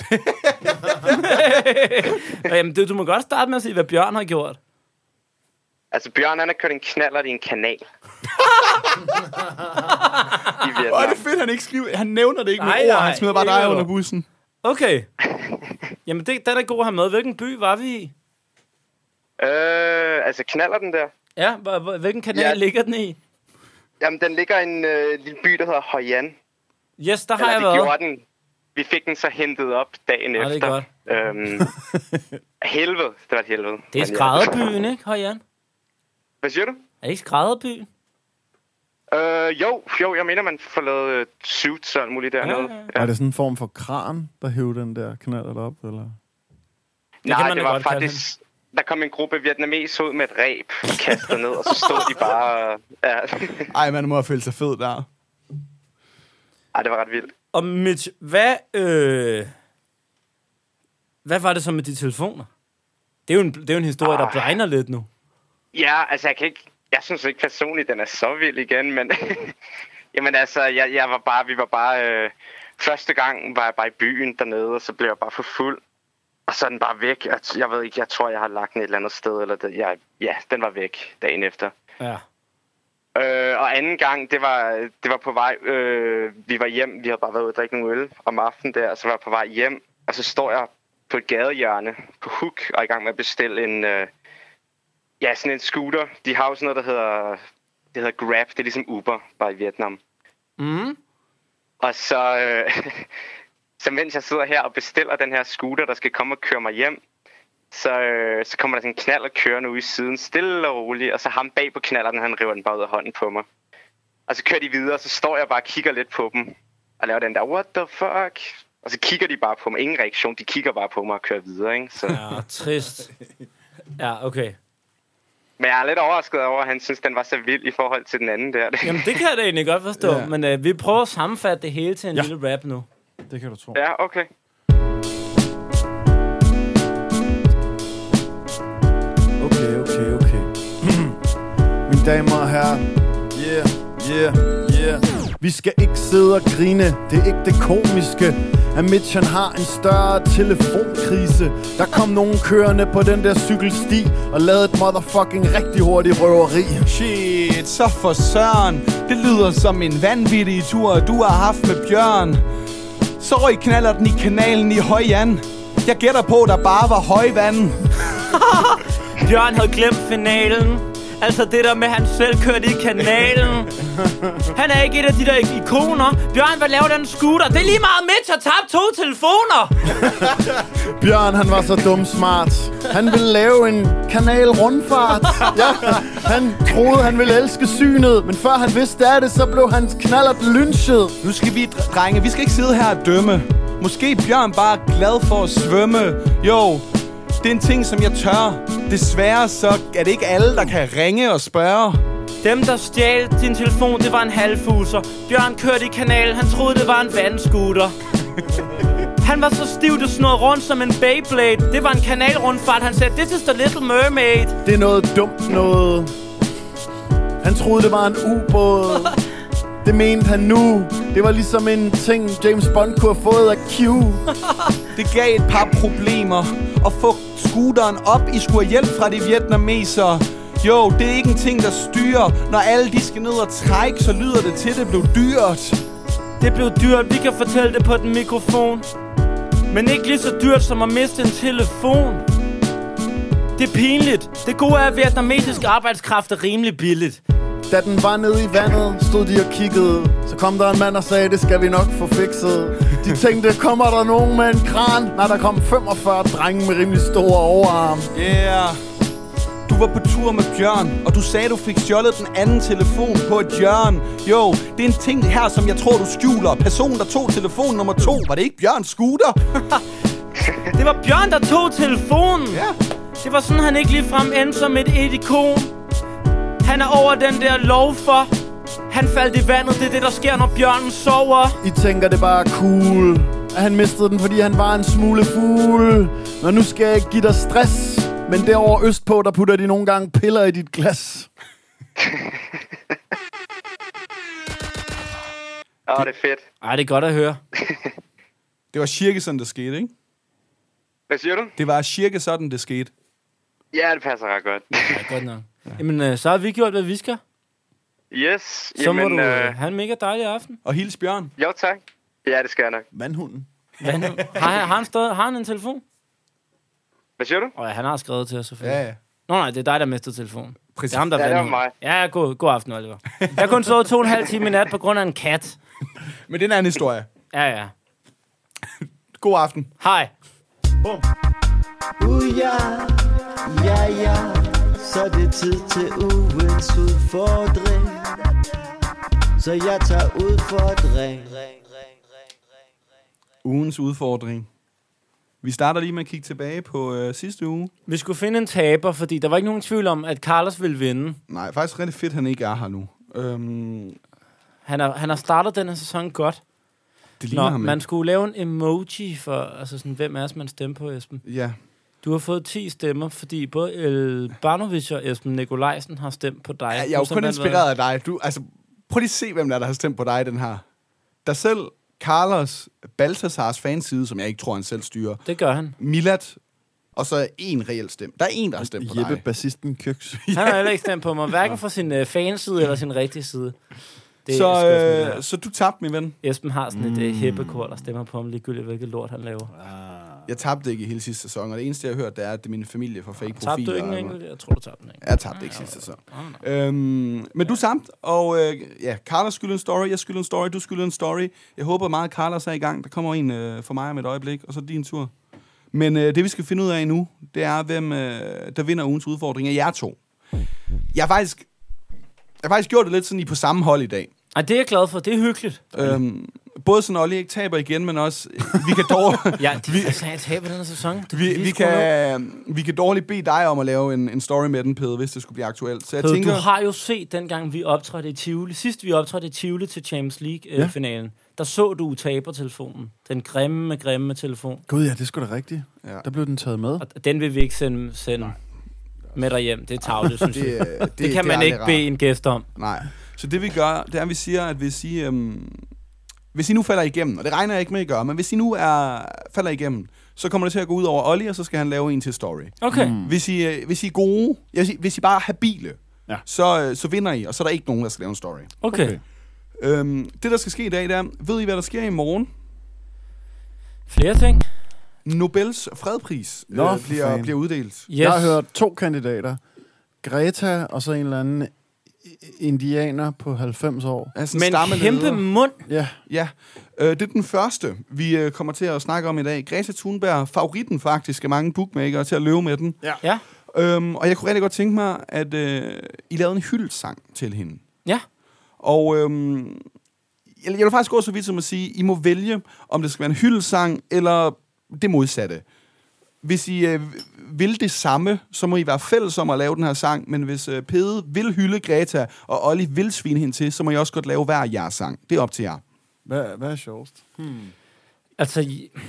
Jamen, du må godt starte med at sige, hvad Bjørn har gjort. Altså, Bjørn, han har kørt en knallert i en kanal. Hvor er det fedt, han ikke skriver. Han nævner det ikke med ord, han smider bare dig under bussen. Okay. Jamen, den er god at have med. Hvilken by var vi i? Altså, knallerten der. Ja, hvilken kanal ligger den i? Jamen, den ligger i en lille by, der hedder Hoi An. Yes, der har jeg været. Vi fik den så hentet op dagen efter. Det er godt. Helvede. Det var et helvede. Det er skrædderbyen, ikke, Hoi An? Hvad siger du? Er det ikke skrædderbyen? Jo, jeg mener, man får lavet suits og alt muligt dernede. Ja. Er det sådan en form for kran, der hæver den der knaller op, eller? Nej, det var faktisk... Der kom en gruppe vietnameser ud med et reb, kastet ned, og så stod de bare... Ej, man må have følt sig fed der. Ej, det var ret vildt. Og Mitch, hvad var det så med de telefoner? Det er jo en historie, der blegner lidt nu. Ja, altså jeg synes ikke personligt, den er så vild igen, men... Jamen altså, vi var bare... første gang var jeg bare i byen dernede, og så blev jeg bare for fuld. Og så er den bare væk. Jeg ved ikke, jeg tror, jeg har lagt den et eller andet sted. Eller den var væk dagen efter. Ja. Og anden gang, det var på vej. Vi var hjem. Vi havde bare været ude og drikke nogle øl om aftenen der. Og så var jeg på vej hjem. Og så står jeg på et gadehjørne på Hook og er i gang med at bestille sådan en scooter. De har jo sådan noget, det hedder Grab. Det er ligesom Uber, bare i Vietnam. Mm. Og så... Så mens jeg sidder her og bestiller den her scooter, der skal komme og køre mig hjem, så kommer der sådan en knald kørende ude i siden, stille og roligt, og så ham bag på knalleren, han river den bare ud af hånden på mig. Og så kører de videre, og så står jeg bare og kigger lidt på dem, og laver den der, what the fuck? Og så kigger de bare på mig, ingen reaktion, de kigger bare på mig og kører videre, ikke? Så. Ja, trist. Ja, okay. Men jeg er lidt overrasket over, at han synes, den var så vild i forhold til den anden der. Jamen, det kan jeg da egentlig godt forstå, ja. Men vi prøver at sammenfatte det hele til en lille rap nu. Det kan du tro. Ja, okay. Okay. Mine damer og herrer. Yeah. Vi skal ikke sidde og grine. Det er ikke det komiske. At Mitch han har en større telefonkrise. Der kom nogen kørende på den der cykelsti og lavede et motherfucking rigtig hurtigt røveri. Shit, så for søren. Det lyder som en vanvittig tur, du har haft med Bjørn. Så røg knaller den i kanalen i Hoi An. Jeg gætter på, der bare var højvand. Bjørn havde glemt finalen. Altså det der med, han selv kørte i kanalen. Han er ikke et af de der ikoner. Bjørn, hvad laver den scooter? Det er lige meget Mitch har tabt 2 telefoner. Bjørn, han var så dum smart. Han ville lave en kanalrundfart. Ja, han troede, han ville elske synet. Men før han vidste af det, så blev hans knallert lynchet. Nu skal vi, drenge, vi skal ikke sidde her og dømme. Måske Bjørn bare glad for at svømme. Jo, det er en ting, som jeg tør. Desværre så er det ikke alle, der kan ringe og spørge. Dem, der stjal din telefon, det var en halvfuser. Bjørn kørte i kanalen, han troede, det var en vandscooter. Han var så stiv, det snurrede rundt som en Beyblade. Det var en kanalrundfart, han sagde, this is the Little Mermaid. Det er noget dumt noget. Han troede, det var en ubåd. Det mente han nu. Det var ligesom en ting, James Bond kunne have fået af Q. Det gav et par problemer. At få scooteren op, I skulle have hjælp fra de vietnamesere. Jo, det er ikke en ting, der styrer. Når alle de skal ned og trække, så lyder det til, det blev dyrt. Det blev dyrt, vi kan fortælle det på den mikrofon. Men ikke lige så dyrt som at miste en telefon. Det er pinligt. Det gode er, at vietnamesisk arbejdskraft er rimelig billigt. Da den var nede i vandet, stod de og kiggede. Så kom der en mand og sagde, det skal vi nok få fikset. De tænkte, kommer der nogen med en kran? Nej, der kom 45 drenge med rimelig store overarm. Yeah. Du var på tur med Bjørn, og du sagde, du fik stjålet den anden telefon på et hjørne. Jo, det er en ting her, som jeg tror, du skjuler. Personen, der tog telefon nummer 2, var det ikke Bjørns scooter? Det var Bjørn, der tog telefonen. Ja. Det var sådan, han ikke ligefrem endte som et ikon. Han er over den der lov for. Han faldt i vandet, det er det, der sker, når bjørnen sover. I tænker, det bare er cool, at han mistede den, fordi han var en smule fugl. Men nu skal jeg ikke give dig stress. Men derovre østpå, der putter de nogle gange piller i dit glas. Det er fedt. Ej, det er godt at høre. Det var cirka sådan, det skete, ikke? Hvad siger du? Det var cirka sådan, det skete. Ja, det passer ret godt. Ja, godt nok. Ja. Jamen, så har vi gjort, hvad vi skal. Yes. Så må du have en mega dejlig aften. Og hils Bjørn. Jo, tak. Ja, det skal jeg nok. Vandhunden. Har han en telefon? Hvad siger du? Han har skrevet til os, selvfølgelig. Ja. Nå nej, det er dig, der mistede telefonen. Præcis. Det er ham, der det var mig. Ja, god aften, Oliver. Jeg har kun sovet 2,5 timer i nat på grund af en kat. Men det er en anden historie. Ja. God aften. Hej. Bum. Ja, så er det tid til ugens udfordring. Så jeg tager udfordring. Ugens udfordring. Vi starter lige med at kigge tilbage på sidste uge. Vi skulle finde en taber, fordi der var ikke nogen tvivl om, at Carlos ville vinde. Nej, faktisk rigtig fedt, han ikke er her nu. Han har startet den her sæson godt. Det ligner ham man ikke. skulle lave en emoji for, altså sådan, hvem er det, man stemmer på, Esben? Ja. Du har fået 10 stemmer, fordi både Elbanovic og Esben Nikolajsen har stemt på dig. Ja, jeg er jo kun inspireret af dig. Prøv lige at se, hvem der har stemt på dig, den her. Der selv Carlos Balthasars fanside, som jeg ikke tror, han selv styrer. Det gør han. Milad, og så en reelt stemme. Der er en, der har stemt på dig. Jeppe, bassisten Køks. Han har heller ikke stemt på mig, hverken fra sin fanside eller sin rigtige side. Så du tabte, min ven. Esben har sådan et hæppekor, der stemmer på ham ligegyldigt, hvilket lort han laver. Jeg tabte ikke i hele sidste sæson, og det eneste, jeg har hørt, det er, at det er min familie for fake profiler. Tabte du ikke en enkelt? Jeg tror, du tabte den ikke. Jeg tabte ikke sidste sæson. Men du tabte, og Carlos skylder en story, jeg skylder en story, du skylder en story. Jeg håber meget, at Carlos er i gang. Der kommer en for mig om et øjeblik, og så din tur. Men det, vi skal finde ud af nu, det er, hvem der vinder ugens udfordring af jer to. Jeg har faktisk gjort det lidt sådan, I på samme hold i dag. Ej, det er jeg glad for. Det er hyggeligt. Både sådan, Olli ikke taber igen, men også, vi kan dårligt... jeg taber den her sæson. Vi kan dårligt bede dig om at lave en story med den, Pede, hvis det skulle blive aktuelt. Så jeg tænker... Du har jo set, dengang vi optrådte i Tivoli. Sidst vi optrådte i Tivoli til Champions League-finalen, der så du tabertelefonen. Den grimme telefon. Gud ja, det er sgu da rigtigt. Ja. Der blev den taget med. Og den vil vi ikke sende med derhjem. Det er tarveligt, synes jeg. Det kan man ikke bede en gæst om. Nej. Så det vi gør, det er, at vi siger, at hvis I nu falder igennem, og det regner jeg ikke med, at I gør, men hvis I nu falder igennem, så kommer det til at gå ud over Olli, og så skal han lave en til story. Okay. Hvis I er gode, hvis I bare er habile, så vinder I, og så er der ikke nogen, der skal lave en story. Okay. Det, der skal ske i dag, det er, ved I, hvad der sker i morgen? Flere ting. Nobels fredspris bliver uddelt. Yes. Jeg har hørt 2 kandidater. Greta og så en eller anden indianer på 90 år. Altså med en kæmpe mund. Ja. Det er den første, vi kommer til at snakke om i dag. Greta Thunberg, favoritten faktisk af mange bookmakere til at løbe med den. Ja. Og jeg kunne rigtig godt tænke mig, at I lavede en hyldesang til hende. Ja. Og jeg vil faktisk gå så vidt som at sige, I må vælge, om det skal være en hyldesang eller det modsatte. Hvis I vil det samme, så må I være fælles om at lave den her sang, men hvis Pede vil hylde Greta, og Olli vil svine hende til, så må I også godt lave hver jeres sang. Det er op til jer. Hvad er sjovest? Altså,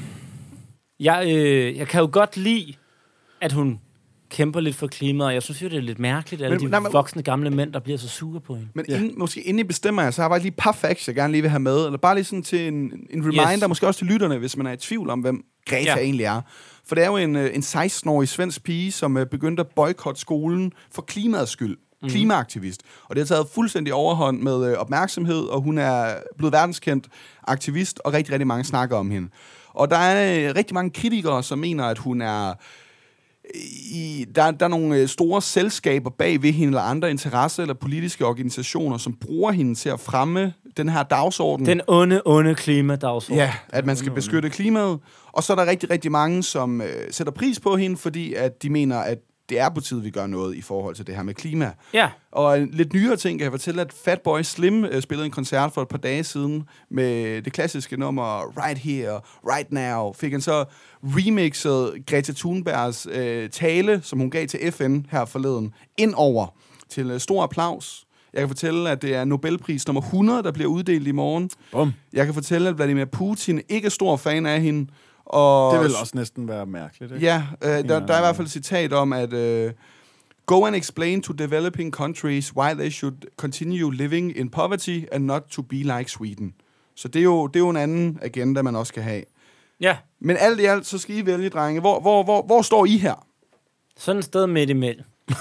jeg kan jo godt lide, at hun kæmper lidt for klimaet, og jeg synes jo, det er lidt mærkeligt, at alle de voksne gamle mænd, der bliver så sure på hende. Men måske inden I bestemmer jer, så har jeg bare lige et par facts, jeg gerne lige vil have med, eller bare lige sådan til en reminder, måske også til lytterne, hvis man er i tvivl om, hvem Greta egentlig er. For det er jo en 16-årig svensk pige, som begyndte at boykotte skolen for klimaets skyld. Klimaaktivist. Og det har taget fuldstændig overhånd med opmærksomhed, og hun er blevet verdenskendt aktivist, og rigtig, rigtig mange snakker om hende. Og der er rigtig mange kritikere, som mener, at hun er... Der er nogle store selskaber bag ved hende, eller andre interesser, eller politiske organisationer, som bruger hende til at fremme den her dagsorden. Den onde klimadagsorden. Ja, at man skal beskytte klimaet. Og så er der rigtig, rigtig mange, som sætter pris på hende, fordi at de mener, at det er på tide, vi gør noget i forhold til det her med klima. Ja. Og en lidt nyere ting kan jeg fortælle, at Fatboy Slim spillede en koncert for et par dage siden med det klassiske nummer Right Here, Right Now. Fik han så remixet Greta Thunbergs tale, som hun gav til FN her forleden, ind over til stor applaus. Jeg kan fortælle, at det er Nobelpris nummer 100, der bliver uddelt i morgen. Bum. Jeg kan fortælle, at Vladimir Putin ikke er stor fan af hende. Og Det vil også næsten være mærkeligt, ikke? Ja, der er i hvert fald et citat om, at go and explain to developing countries why they should continue living in poverty and not to be like Sweden. Så det er jo en anden agenda, man også kan have. Ja. Men alt i alt, så skal I vælge, drenge. Hvor står I her? Sådan et sted midt imellem.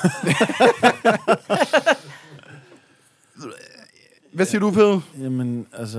Hvad siger du, Peder? Jamen, altså...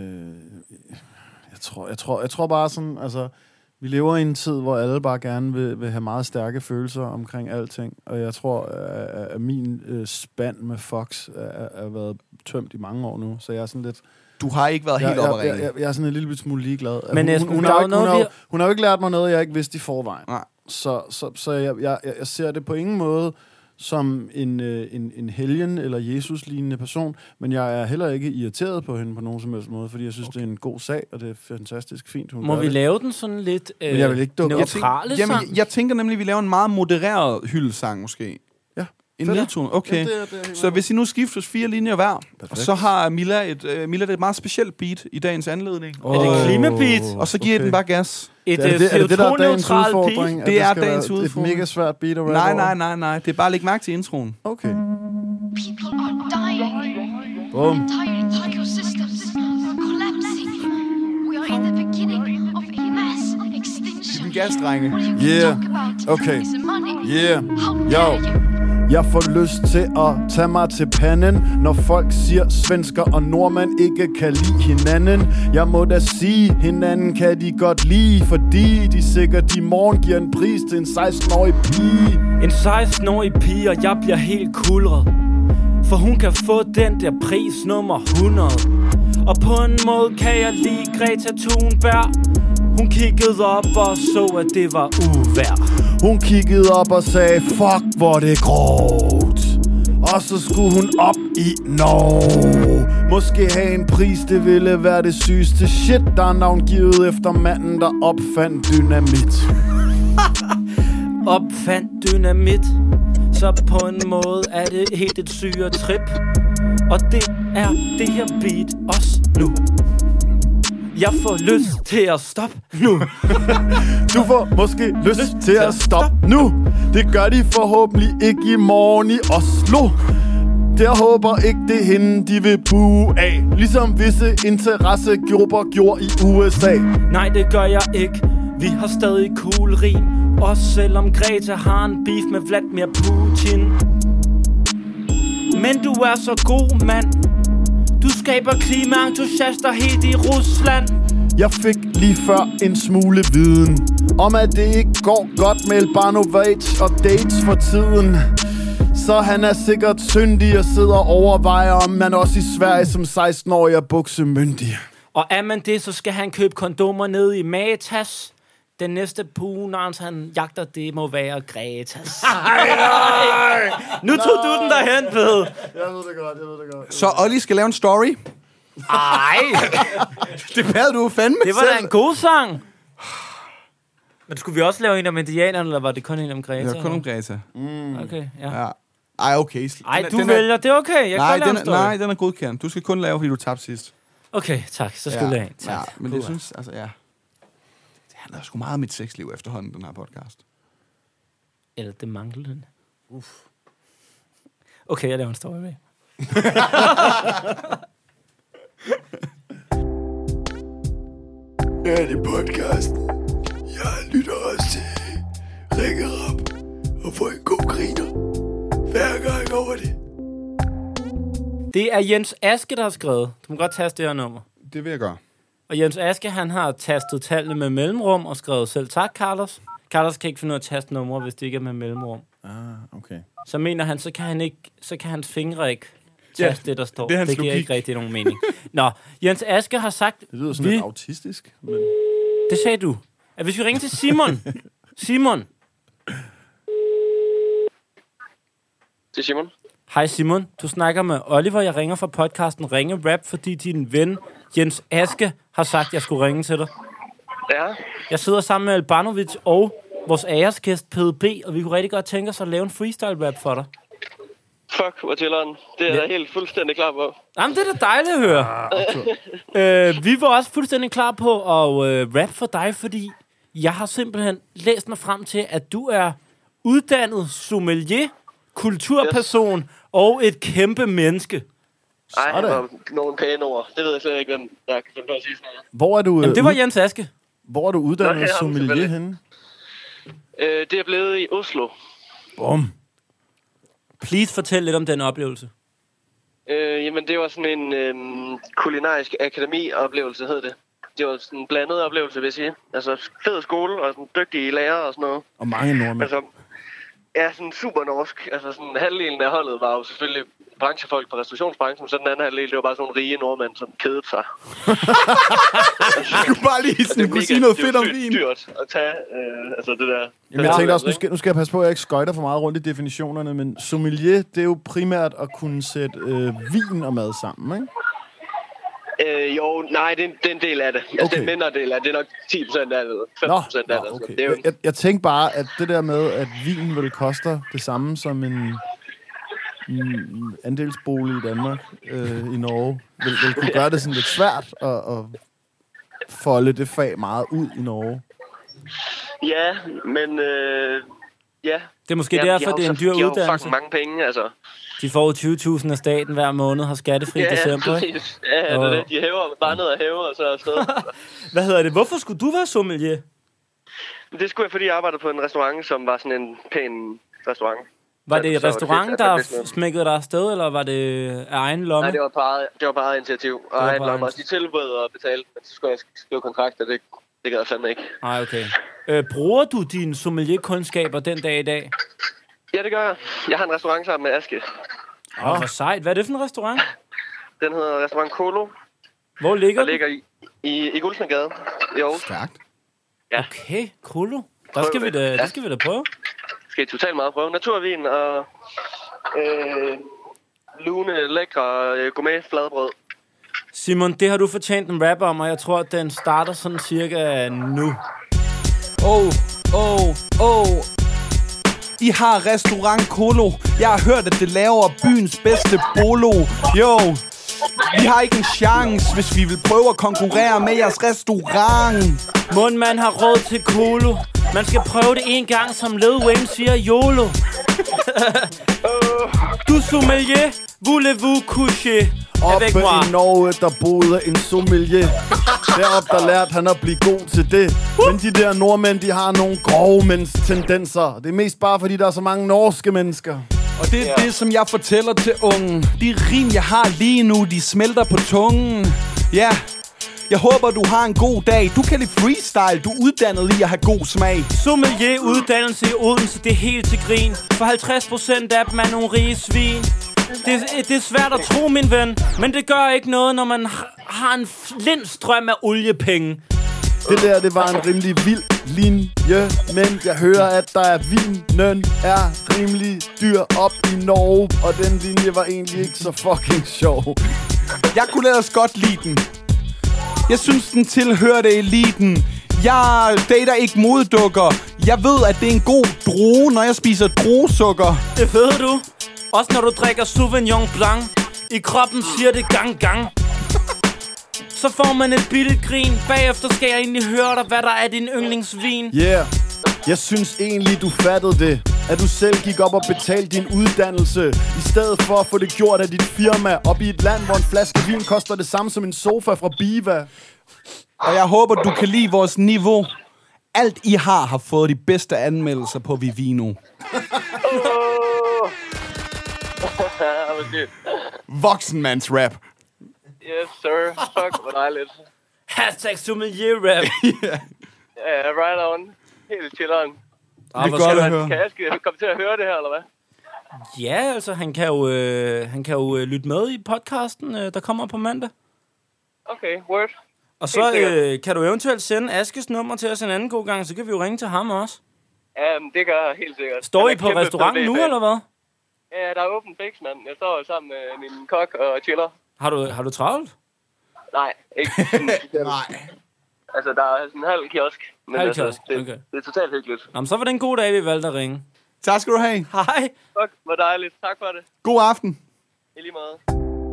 Jeg tror bare sådan, altså... Vi lever i en tid, hvor alle bare gerne vil have meget stærke følelser omkring alting. Og jeg tror, at min spand med Fox er været tømt i mange år nu. Så jeg er sådan lidt... Du har ikke været helt oppe at ringe. Jeg er sådan en lille smule ligeglad. Men hun har jo ikke lært mig noget, jeg ikke vidste i forvejen. Nej. Så jeg ser det på ingen måde som en helgen eller Jesus-lignende person, men jeg er heller ikke irriteret på hende på nogen som helst måde, fordi jeg synes, det er en god sag, og det er fantastisk fint, hun Må gør vi det. lave den sådan lidt Men jeg vil ikke dukke neutrale sang? Jeg tænker nemlig, at vi laver en meget modereret hyldesang, måske. Ja. En nedtone, okay. Jamen, det er så hvis I nu skiftes 4 linjer hver, perfekt. så har Milla et meget specielt beat i dagens anledning. Er det klimabeat? Og så giver den bare gas. Et Er det der er dagens CO2-neutralt udfordring? beat? at Det er skal dagens være udfordring. et mega svært beat at rappe Nej. Det er bare at lægge mærke til introen. Okay. People are dying. Boom. Entire ecosystems are collapsing. We are in the beginning of a mass extinction. En gas, drenge. What do you Yeah. talk about? Okay. Is it money? Yeah. How Yo. dare you? Jeg får lyst til at tage mig til panden, når folk siger, svensker og nordmænd ikke kan lide hinanden. Jeg må da sige, hinanden kan de godt lide, fordi de sikkert i morgen giver en pris til en 16-årig pige. En 16-årig pige, og jeg bliver helt kulret. For hun kan få den der pris nummer 100. Og på en måde kan jeg lide Greta Thunberg. Hun kiggede op og så, at det var uvejr. Hun kiggede op og sagde, fuck hvor det grovt. Og så skulle hun op i Norge. Måske have en pris, det ville være det sygeste shit. Der er navngivet efter manden, der opfandt dynamit. Opfandt dynamit. Så på en måde er det helt et syre trip. Og det er det her beat også nu. Jeg får lyst til at stoppe nu. Du får måske lyst til at stoppe nu. Det gør de forhåbentlig ikke i morgen i Oslo. Der håber ikke det hende, de vil bue af. Ligesom visse interessegrupper gjorde i USA. Nej, det gør jeg ikke. Vi har stadig cool rim. Også selvom Greta har en beef med Vladimir Putin. Men du er så god, mand. Du skaber klimaentusiaster helt i Rusland. Jeg fik lige før en smule viden om, at det ikke går godt med Elbanovic og dates for tiden. Så han er sikkert syndig og sidder og overvejer, om man også i Sverige som 16-årig er buksemyndig. Og er man det, så skal han købe kondomer ned i Matas. Den næste punans, han jagter, det må være Gretas. Nu tog du den derhen, Pede. Jeg ved det godt. Så Olli skal lave en story. Ej, Det havde du fandme det var da en god sang. Men skulle vi også lave en om indianerne, eller var det kun en om Greta? Det var kun om Greta. Okay, ja. Ja. Ej, okay. Ej, du vælger, det er okay. Jeg kan godt lave en story. Nej, den er godkendt. Du skal kun lave, fordi du tabte sidst. Okay, tak. Så skal du lave en. Tak. Ja, men det synes, altså ja. Det handler sgu meget om mit sexliv efterhånden, den her podcast. Eller det manglende. Okay, jeg laver en story med. Er det podcasten? Jeg lytter også til Ringe Rap og får en god griner hver gang over det. Det er Jens Aske, der har skrevet. Du må godt taste det her nummer. Det vil jeg gøre. Og Jens Aske, han har tastet tallene med mellemrum og skrevet selv tak, Carlos. Carlos kan ikke finde ud af at taste numre, hvis det ikke er med mellemrum. Okay. Så mener han, så kan hans fingre ikke taste det, der står. det er hans det giver logik. ikke rigtig nogen mening. Nå, Jens Aske har sagt... Det lyder sådan lidt autistisk. Men... Det sagde du. At hvis vi ringer til Simon... Simon... Det er Simon. Hej Simon, du snakker med Oliver. Jeg ringer fra podcasten Ringe Rap, fordi din ven Jens Aske har sagt, at jeg skulle ringe til dig. Ja. Jeg sidder sammen med Albanovic og vores æresgæst PDB, og vi kunne rigtig godt tænke os at lave en freestyle rap for dig. Fuck, hvor chilleren. Det er jeg helt fuldstændig klar på. Jamen, det er da dejligt at høre. Vi var også fuldstændig klar på at rap for dig, fordi jeg har simpelthen læst mig frem til, at du er uddannet sommelier, kulturperson og et kæmpe menneske. Ej, det var nogle pæne ord. Det ved jeg slet ikke, hvem der kan finde på at sige sådan noget. Hvor er du? Jamen, det var Jens Aske. Hvor er du uddannet sommelier henne? Det er blevet i Oslo. Bum. Please fortæl lidt om den oplevelse. Jamen, det var sådan en kulinarisk akademi-oplevelse, hed det. Det var sådan en blandet oplevelse, vil jeg sige. Altså, fed skole og sådan dygtige lærere og sådan noget. Og mange nordmænd. Altså, ja, sådan super norsk. Altså, sådan halvdelen af holdet var jo selvfølgelig branchefolk på restaurationsbranchen, så den anden halvdel, det var bare sådan nogle rige nordmænd, som kedede sig. Du kunne bare lige sige noget fedt om vin. Det er dyrt at tage, altså det der. Jamen, jeg tænkte også, nu skal jeg passe på, at jeg ikke skøjter for meget rundt i definitionerne, men sommelier, det er jo primært at kunne sætte vin og mad sammen, ikke? Jo, nej, det er en del af det. Altså, det er en mindre del af det. Det er nok 10% af det, 5% af det. Okay. Det er jo... jeg tænkte bare, at det der med, at vin vel koster det samme som en andelsbolig i Danmark, i Norge, vil kunne gøre det sådan lidt svært at folde det fag meget ud i Norge. Ja, men ja. Det er måske derfor, det er en dyr uddannelse. De har jo mange penge, altså. De får 20.000 af staten hver måned, har skattefri december, ikke? Ja, det er det. De hæver bare ned og hæver, og så afsted. Hvad hedder det? Hvorfor skulle du være sommelier? Det skulle jeg, fordi jeg arbejdede på en restaurant, som var sådan en pæn restaurant. Var det restauranten, der smækkede dig afsted, eller var det af egen lomme? Nej, det var bare initiativ. Og egen lomme også. De tilbød og betalte, men så skulle jeg skrive kontrakt, og det gad jeg fandme ikke. Nej, okay. Bruger du dine sommelierkundskaber den dag i dag? Ja, det gør jeg. Jeg har en restaurant sammen med Aske. Hvor sejt. Hvad er det for en restaurant? Den hedder Restaurant Kolo. Hvor ligger den? Den ligger i Guldsmedgade i Aarhus. Stærkt. Ja. Okay, Kolo. Det skal vi da prøve. Skal I totalt meget prøve. Naturvin og lune, lækre gourmet fladbrød. Simon, det har du fortjent en rap om, og jeg tror, at den starter sådan cirka nu. I har restaurant Kolo. Jeg har hørt, at det laver byens bedste bolo. Jo, vi har ikke en chance, hvis vi vil prøve at konkurrere med jeres restaurant. Mundmand har råd til Kolo. Man skal prøve det en gang, som Lil Wayne siger YOLO. Du sommelier, voulez-vous coucher? Oppe i Norge, der boede en sommelier. Deroppe, der lærte han at blive god til det. Men de der nordmænd, de har nogle grove tendenser. Det er mest bare, fordi der er så mange norske mennesker. Og det er det, som jeg fortæller til unge. De rim, jeg har lige nu, de smelter på tungen. Ja, jeg håber, du har en god dag. Du kan lide freestyle, du er uddannet i at have god smag. Sommelier-uddannelse i Odense, det er helt til grin. For 50% af dem er nogle rige svin. Det er svært at tro, min ven, men det gør ikke noget, når man har en lindstrøm af oliepenge. Det var en rimelig vild linje, men jeg hører, at der er vinen er rimelig dyr op i Norge, og den linje var egentlig ikke så fucking sjov. Jeg kunne ellers godt lide den. Jeg synes, den tilhørte eliten. Jeg dater ikke moddukker. Jeg ved, at det er en god droge, når jeg spiser druesukker. Det ved du. Også når du drikker Sauvignon Blanc. I kroppen siger det gang. Så får man et billigt grin. Bagefter skal jeg egentlig høre dig, hvad der er din yndlingsvin. Yeah. Jeg synes egentlig, du fattede det. At du selv gik op og betalte din uddannelse, i stedet for at få det gjort af dit firma. Op i et land, hvor en flaske vin koster det samme som en sofa fra Biva. Og jeg håber, du kan lide vores niveau. Alt I har fået de bedste anmeldelser på Vivino. Voksenmands rap. Yes, sir. Fuck, hvor dejligt. Hashtag sommelier rap. Ja, right on. Helt chilleren. Det er godt at høre. Kan jeg komme til at høre det her, eller hvad? Ja, altså, han kan jo lytte med i podcasten, der kommer på mandag. Okay, word. Og så kan du eventuelt sende Askes nummer til os en anden god gang, så kan vi jo ringe til ham også. Ja, det gør jeg helt sikkert. Står I på restaurant nu, eller hvad? Ja, der er åben fix, mand. Jeg står sammen med min kok og chiller. Har du travlt? Nej, ikke. Nej. Altså, der er sådan en halv kiosk. Men Halv altså, kiosk, okay. det er totalt hyggeligt. Nå, men så var det en god dag, vi valgte at ringe. Tak skal du have. Hej. Fuck, hvor dejligt. Tak for det. God aften. I lige måde.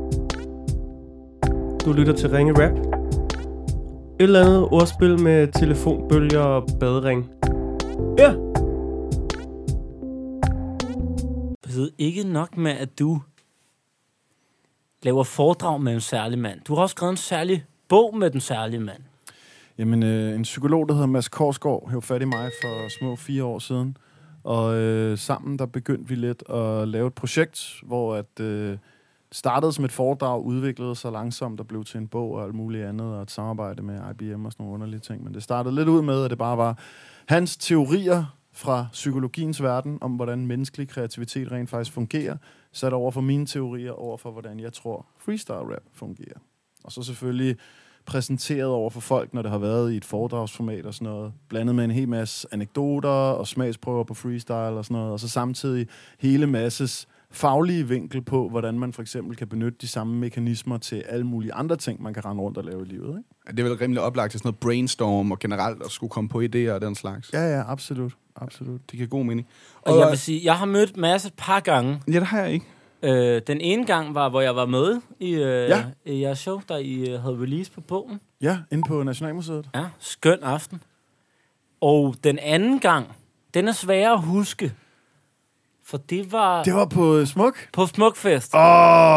Du lytter til Ringe Rap. Et eller andet ordspil med telefonbølger og badering. Ja. Det er ikke nok med, at du laver foredrag med en særlig mand. Du har også skrevet en særlig bog med den særlige mand. Jamen, en psykolog, der hedder Mads Korsgaard, hævde fat i mig for små 4 år siden. Og sammen der begyndte vi lidt at lave et projekt, hvor at startede som et foredrag, udviklede sig langsomt og blev til en bog og alt muligt andet, og et samarbejde med IBM og sådan nogle underlige ting. Men det startede lidt ud med, at det bare var hans teorier fra psykologiens verden, om hvordan menneskelig kreativitet rent faktisk fungerer, sat over for mine teorier, over for hvordan jeg tror freestyle rap fungerer. Og så selvfølgelig præsenteret over for folk, når det har været i et foredragsformat og sådan noget, blandet med en hel masse anekdoter og smagsprøver på freestyle og sådan noget, og så samtidig hele masses faglige vinkel på, hvordan man for eksempel kan benytte de samme mekanismer til alle mulige andre ting, man kan rende rundt og lave i livet, ikke? Det er vel rimelig oplagt til sådan noget brainstorm og generelt at skulle komme på idéer og den slags. Ja, absolut. Absolut. Det giver god mening. Og jeg vil sige, jeg har mødt Mads et par gange. Ja, det har jeg ikke. Den ene gang var, hvor jeg var med i jeres show, der I havde release på bogen. Ja, inde på Nationalmuseet. Ja, skøn aften. Og den anden gang, den er svær at huske. For det var på Smuk? På Smukfest. Der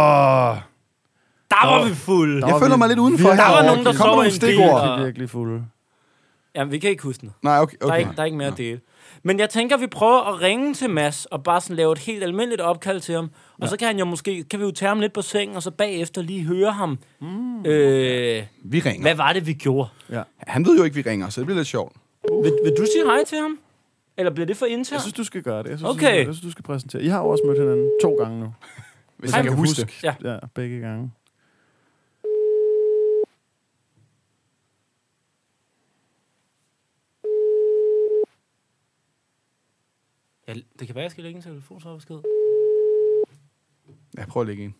var vi fulde. Jeg føler mig lidt udenfor. Der var nogen, der så en stikord. Virkelig fulde. Jamen, vi kan ikke huske noget. Nej, okay. Der er ikke mere at dele. Men jeg tænker, vi prøver at ringe til Mads, og bare sådan lave et helt almindeligt opkald til ham. Og så kan han jo måske, kan vi jo tage ham lidt på sengen, og så bagefter lige høre ham. Vi ringer. Hvad var det, vi gjorde? Ja. Han ved jo ikke, vi ringer, så det bliver lidt sjovt. Vil du sige hej til ham? Eller bliver det for internt? Jeg synes, du skal gøre det. Jeg synes, du skal præsentere. I har også mødt hinanden 2 gange nu. Hvis jeg kan huske det. Ja, begge gange. Ja, det kan være, jeg skal lægge en telefonsvarsbesked. Ja, prøv at lægge en.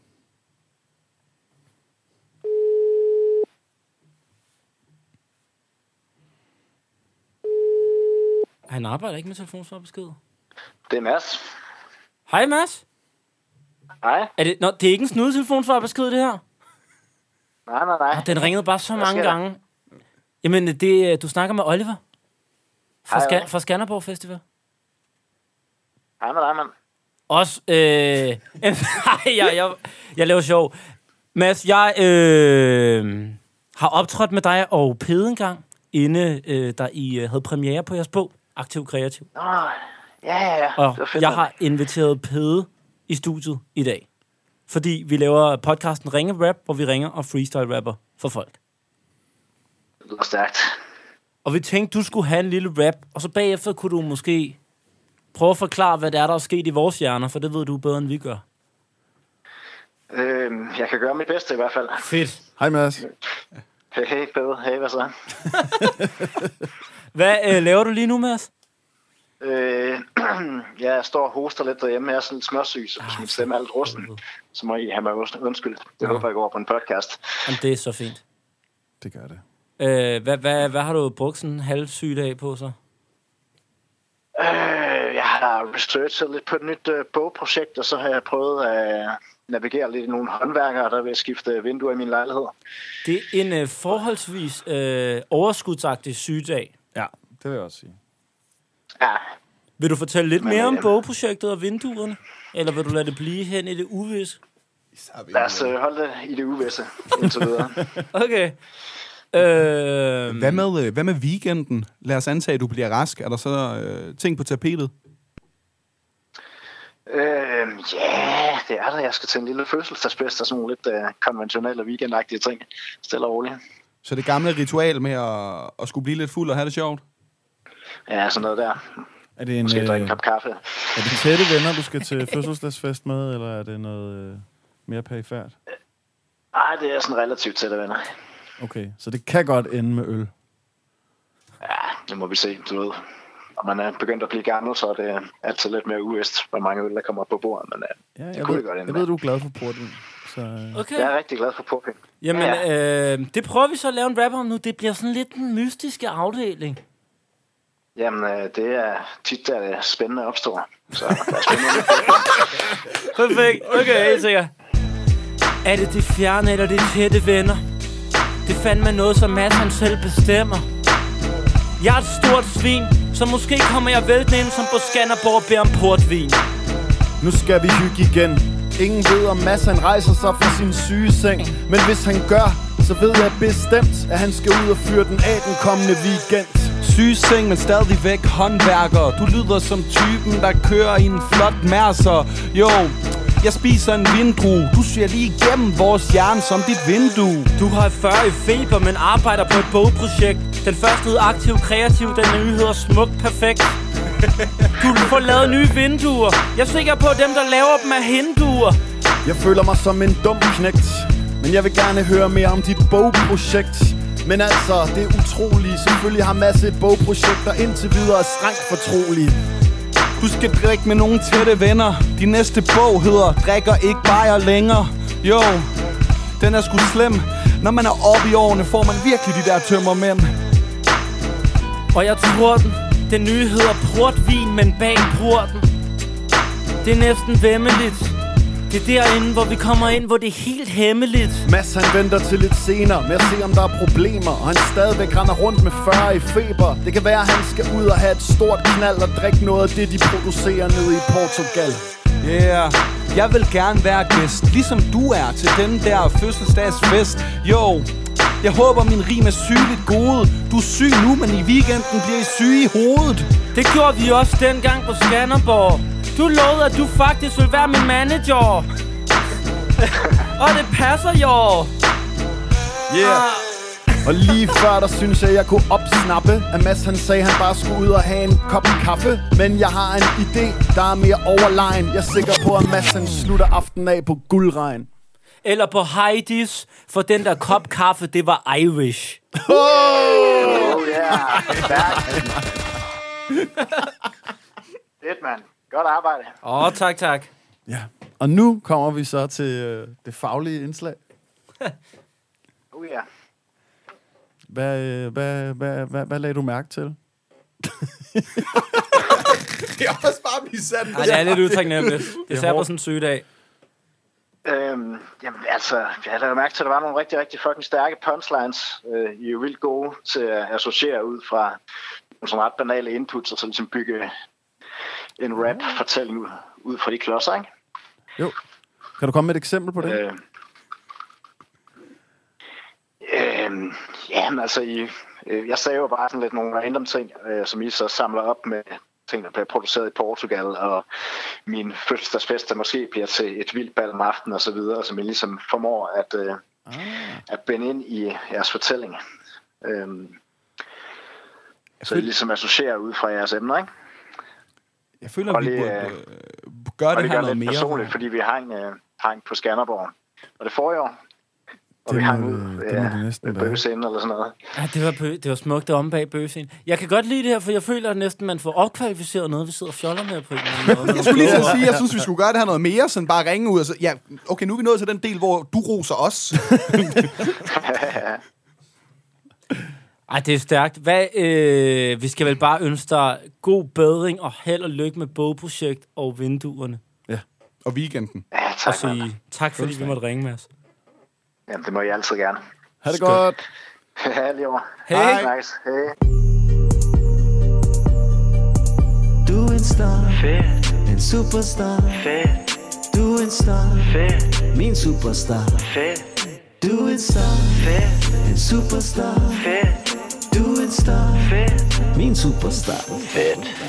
Han arbejder ikke med telefonsvarsbesked. Det er Mads. Hej, Mads. Hej. Det er ikke en snudetelefonsvarsbesked, det her? Nej. Den ringede bare så mange gange. Jamen, du snakker med Oliver. Fra Skanderborg Festival. Hej med dig, mand. Også, jeg laver sjov. Mads, jeg har optrådt med dig og Pede en gang, inde, da I havde premiere på jeres bog, Aktiv Kreativ. Ja. Og jeg har inviteret Pede i studiet i dag, fordi vi laver podcasten Ringe Rap, hvor vi ringer og freestyle rapper for folk. Det er stærkt. Og vi tænkte, du skulle have en lille rap, og så bagefter kunne du måske prøve at forklare, hvad det er, der er sket i vores hjerner, for det ved du bedre, end vi gør. Jeg kan gøre mit bedste i hvert fald. Fedt. Hej, Mads. Hey, Pede. Hey, hvad så? Hvad laver du lige nu, Mads? Jeg står og hoster lidt derhjemme. Jeg er sådan lidt smørsyg, så hvis min stemme er lidt rusten, så må I have mig undskyld. Det håber jeg går på en podcast. Jamen, det er så fint. Det gør det. Hvad har du brugt sådan en halvsyg dag på, så? Jeg har researchet lidt på et nyt bogprojekt, og så har jeg prøvet at navigere lidt i nogle håndværkere, der vil skifte vinduer i min lejlighed. Det er en forholdsvis overskudsagtig sygedag. Ja, det vil jeg også sige. Ja. Vil du fortælle lidt mere om bogprojektet og vinduerne? Eller vil du lade det blive hen i det uvisse? Lad os holde det i det uvisse indtil videre. Okay. Hvad med weekenden? Lad os antage, at du bliver rask. Er der så ting på tapetet? Ja, det er der. Jeg skal til en lille fødselsdagsfest og sådan nogle lidt konventionelle weekendagtige ting. Stille og roligt. Så det gamle ritual med at skulle blive lidt fuld og have det sjovt? Ja, sådan noget der. Er det måske drikke en kop kaffe. Er det tætte venner, du skal til fødselsdagsfest med, eller er det noget mere perifært? Nej, det er sådan relativt tætte venner. Okay, så det kan godt ende med øl? Ja, det må vi se, du ved. når man er begyndt at blive gammel, så er det altid lidt mere uvist, hvor mange øl, der kommer på bordet. Men jeg ved, du er glad for portvin. Så, Okay. Jeg er rigtig glad for portvin. Jamen, det prøver vi så at lave en rap om nu. Det bliver sådan lidt den mystiske afdeling. Jamen, det er tit, der det spændende opstår. Så der er spændende. Perfekt. Okay, helt sikkert. Er det de fjerne eller de tætte venner? Det fandt man noget, som Mads han selv bestemmer. Jeg er et stort svin, så måske kommer jeg væltende ind som på Skanderborg og beder om portvin. Nu skal vi hygge igen. Ingen ved, om Mads han rejser sig fra sin syge seng. Men hvis han gør, så ved jeg bestemt, at han skal ud og fyre den af den kommende weekend. Sygeseng, men stadigvæk håndværker. Du lyder som typen, der kører i en flot Mercer. Jo, jeg spiser en vindrue. Du ser lige igennem vores hjerne som dit vindue. Du har 40 i feber, men arbejder på et bogprojekt. Den første ud aktiv, kreativ, den nye hedder Smuk Perfekt. Du får lavet nye vinduer. Jeg er sikker på dem, der laver dem af hinduer. Jeg føler mig som en dum knægt, men jeg vil gerne høre mere om dit bogprojekt. Men altså, det er utroligt. Selvfølgelig har Mads et bogprojekt, der indtil videre er strengt fortrolige. Du skal drikke med nogle tætte venner. Din næste bog hedder Drikker ikke bajer længere. Jo, den er sgu slem. Når man er oppe i årene, får man virkelig de der tømmermænd. Og jeg tror den nye hedder Portvin, men bag porten. Det er næsten væmmeligt. Det er derinde, hvor vi kommer ind, hvor det er helt hemmeligt. Mads han venter til lidt senere med at se, om der er problemer. Og han stadigvæk render rundt med 40 i feber. Det kan være, at han skal ud og have et stort knald og drikke noget af det, de producerer nede i Portugal. Yeah, jeg vil gerne være gæst, ligesom du er til den der fødselsdagsfest. Jo, jeg håber min rim er sygeligt gode. Du er syg nu, men i weekenden bliver I syge i hovedet. Det gjorde vi også dengang på Skanderborg. Du lovede, at du faktisk vil være min manager. Og det passer jo. Yeah. Og lige før, der synes jeg kunne opsnappe, at Mads han sagde, han bare skulle ud og have en kop kaffe. Men jeg har en idé, der er mere overlegen. Jeg er sikker på, at Mads han slutter aftenen af på guldregn. Eller på Heidi's, for den der kop kaffe, det var Irish. Oh yeah, fedt, mand. Godt arbejde. Tak. Ja. Og nu kommer vi så til det faglige indslag. Ja. Hvad lagde du mærke til? Det er også bare bisat. Ej, det er lidt udtrækningsemnet. Det er især på sådan en sygedag. Jamen altså, jeg lagde mærke til, at der var nogle rigtig, rigtig fucking stærke punchlines. I er jo vildt gode til at associere ud fra nogle ret banale inputs, og så ligesom bygge en rap-fortælling ud fra de klodser, ikke? Jo. Kan du komme med et eksempel på det? Jamen altså, jeg sagde jo bare sådan lidt nogle random ting, som I så samler op med ting, der bliver produceret i Portugal, og min fødselsdagsfest, der måske bliver til et vildt bal om aftenen og så videre, som I ligesom formår at binde ind i jeres fortælling. Så I ligesom associerer ud fra jeres emner, ikke? Jeg føler, at vi burde gøre det her noget mere. Personligt, fordi vi hang på Skanderborg. Og det forrige år. Og vi hang ud med bøgescenen eller sådan noget. Ja, det var smukt det om bag bøgescenen. Jeg kan godt lide det her, for jeg føler at næsten, man får opkvalificeret noget, vi sidder og fjoller med på en måde. Jeg skulle lige så sige, jeg synes, vi skulle gøre det her noget mere, sådan bare ringe ud og så, ja, okay, nu er vi nået til den del, hvor du roser os. Ej, det er stærkt. Vi skal vel bare ønske dig god bedring og held og lykke med bogprojekt og vinduerne. Ja, og weekenden. Ja, tak. Og sige tak, fordi vi måtte ringe, Mads. Jamen, det må jeg altid gerne. Ha' det godt. Ja, lige over. Hej. Nice. Hej. Du er en star. Fedt. En superstar. Fedt. Du er en star. Fedt. Min superstar. Fedt. Du er en star. Fedt. En superstar. Fedt. Du er en star. Fedt. Min superstar. Fedt.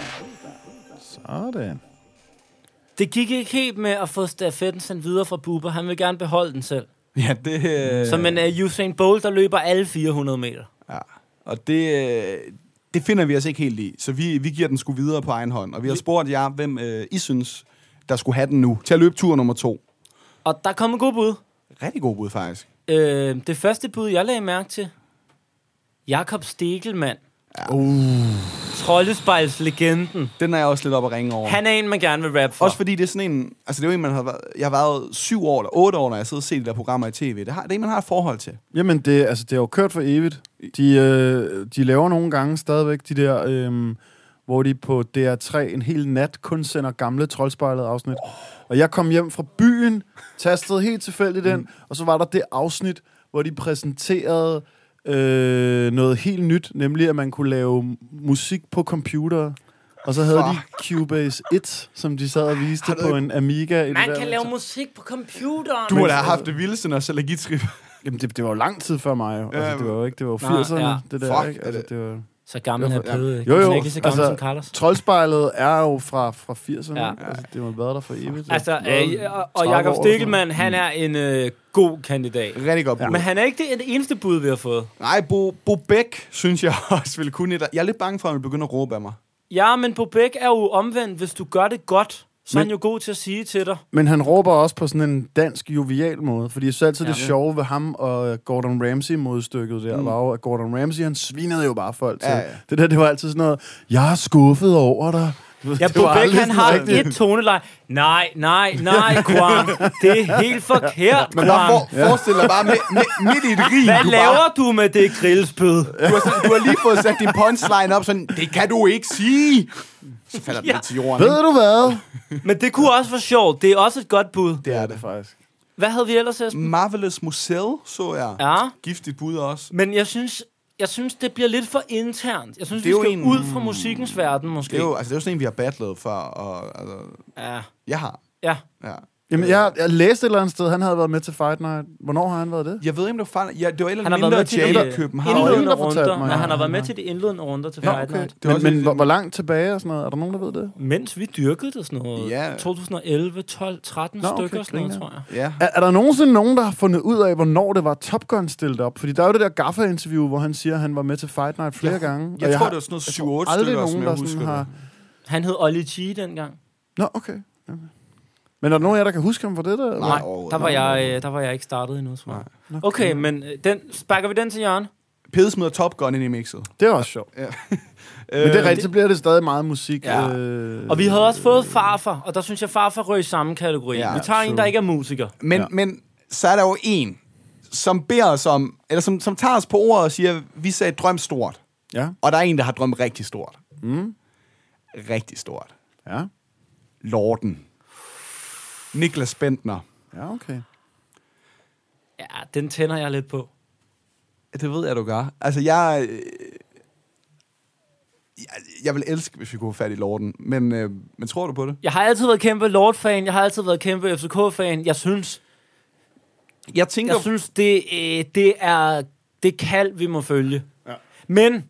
Sådan. Det gik ikke helt med at få stafetten sendt videre fra Bubber. Han vil gerne beholde den selv. Ja, det... Som en Usain Bolt, der løber alle 400 meter. Ja, og det finder vi os ikke helt i. Så vi giver den sgu videre på egen hånd. Og vi har spurgt jer, hvem I synes, der skulle have den nu. Til at løbe tur nummer 2. Og der kom en god bud. Rigtig god bud, faktisk. Det første bud, jeg lagde mærke til. Jakob Stegelmann. Ja. Troldespejlslegenden. Den er jeg også lidt op at ringe over. Han er en, man gerne vil rappe for. Også fordi det er sådan en... Altså, det er jo en, man har været... Jeg har været 7 år eller 8 år, når jeg sidder og ser de der programmer i tv. Det er en, man har et forhold til. Jamen, det er jo kørt for evigt. De laver nogle gange stadigvæk de der... hvor de på DR3 en hel nat kun sender gamle Troldspejlet afsnit. Og jeg kom hjem fra byen, tastede helt tilfældigt den, og så var der det afsnit, hvor de præsenterede noget helt nyt, nemlig at man kunne lave musik på computer. Og så havde de Cubase 1, som de sad og viste på en Amiga. Man kan lave musik på computeren. Du har da haft det vildeste, når så Legittrip. Jamen, det var jo lang tid før mig. Altså, det var jo ikke, det var 80'erne, det der, ikke? Altså, det var... Så gammel er Pede. Jo, ikke så gammel som Carlos. Troldspejlet er jo fra 80'erne. Ja. Altså, det har været der for evigt. Altså, og Jakob Stikkelmann, han er en god kandidat. Rigtig godt bud. Men han er ikke det eneste bud, vi har fået. Nej, Bo Bæk, synes jeg også ville kunne. Jeg er lidt bange for, at han vil begynde at råbe af mig. Ja, men Bo Bæk er jo omvendt. Hvis du gør det godt, så er han jo god til at sige til dig. Men han råber også på sådan en dansk jovial måde, fordi jeg synes altid, det sjove ved ham og Gordon Ramsay-modstykket der, var jo, at Gordon Ramsay, han svinede jo bare folk til. Ja. Det var altid sådan noget, jeg er skuffet over dig. Ja, Bo Bæk, han har et toneleje. Nej, Kwan. Det er helt forkert, Kwan. Men forestil dig bare midt i et rig. Hvad laver du med det grillspyd? Du har lige fået sat din punchline op, sådan, det kan du ikke sige. Så falder det til jorden. Ved du hvad? Men det kunne også være sjovt. Det er også et godt bud. Det er det faktisk. Hvad havde vi ellers, Esben? Marvelous Musel, så jeg. Ja. Giftigt bud også. Men jeg synes, det bliver lidt for internt. Jeg synes, vi skal ud fra musikkens verden, måske. Det er jo sådan en, vi har battlet for. Og, altså, jeg har. Ja. Jamen, jeg læste et eller andet sted, han havde været med til Fight Night. Hvornår har han været det? Jeg ved ikke, om det var fejl. Ja, det var et eller andet mindre jam i København. Han har været med til de indledende runder til Fight Night. Men hvor langt tilbage og sådan noget? Er der nogen, der ved det? Mens vi dyrkede det sådan noget. 2011, 12, 13 stykker sådan noget, tror jeg. Ja. Er der nogensinde nogen, der har fundet ud af, hvornår det var Top Gun stillet op? Fordi der er jo det der Gaffer-interview, hvor han siger, at han var med til Fight Night flere gange. Jeg tror, det var sådan noget 7-8 stykker, som jeg husker. Han hed Ollie G dengang. Nå, okay. Men er der nogen af jer, der kan huske ham for det der? Nej, der var jeg ikke startet endnu, tror jeg. Okay, men sparker vi den til Jørgen? Pede smider Top Gun ind i mixet. Det er også sjovt. Ja. Men det er rigtigt, så bliver det stadig meget musik. Ja. Og vi havde også fået Farfar, og der synes jeg, Farfar røg i samme kategori. Ja, vi tager en, der ikke er musiker. Men så er der jo en, som beder os om, eller som tager os på ordet og siger, vi sagde drøm stort. Ja. Og der er en, der har drømt rigtig stort. Rigtig stort. Ja. Lorden. Niklas Bentner. Ja, okay. Ja, den tænder jeg lidt på. Det ved jeg, du gør. Altså, jeg vil elske, hvis vi kunne få fat i Lorden. Men tror du på det? Jeg har altid været kæmpe Lord-fan. Jeg har altid været kæmpe FCK-fan. Jeg synes, det er det kald, vi må følge. Ja. Men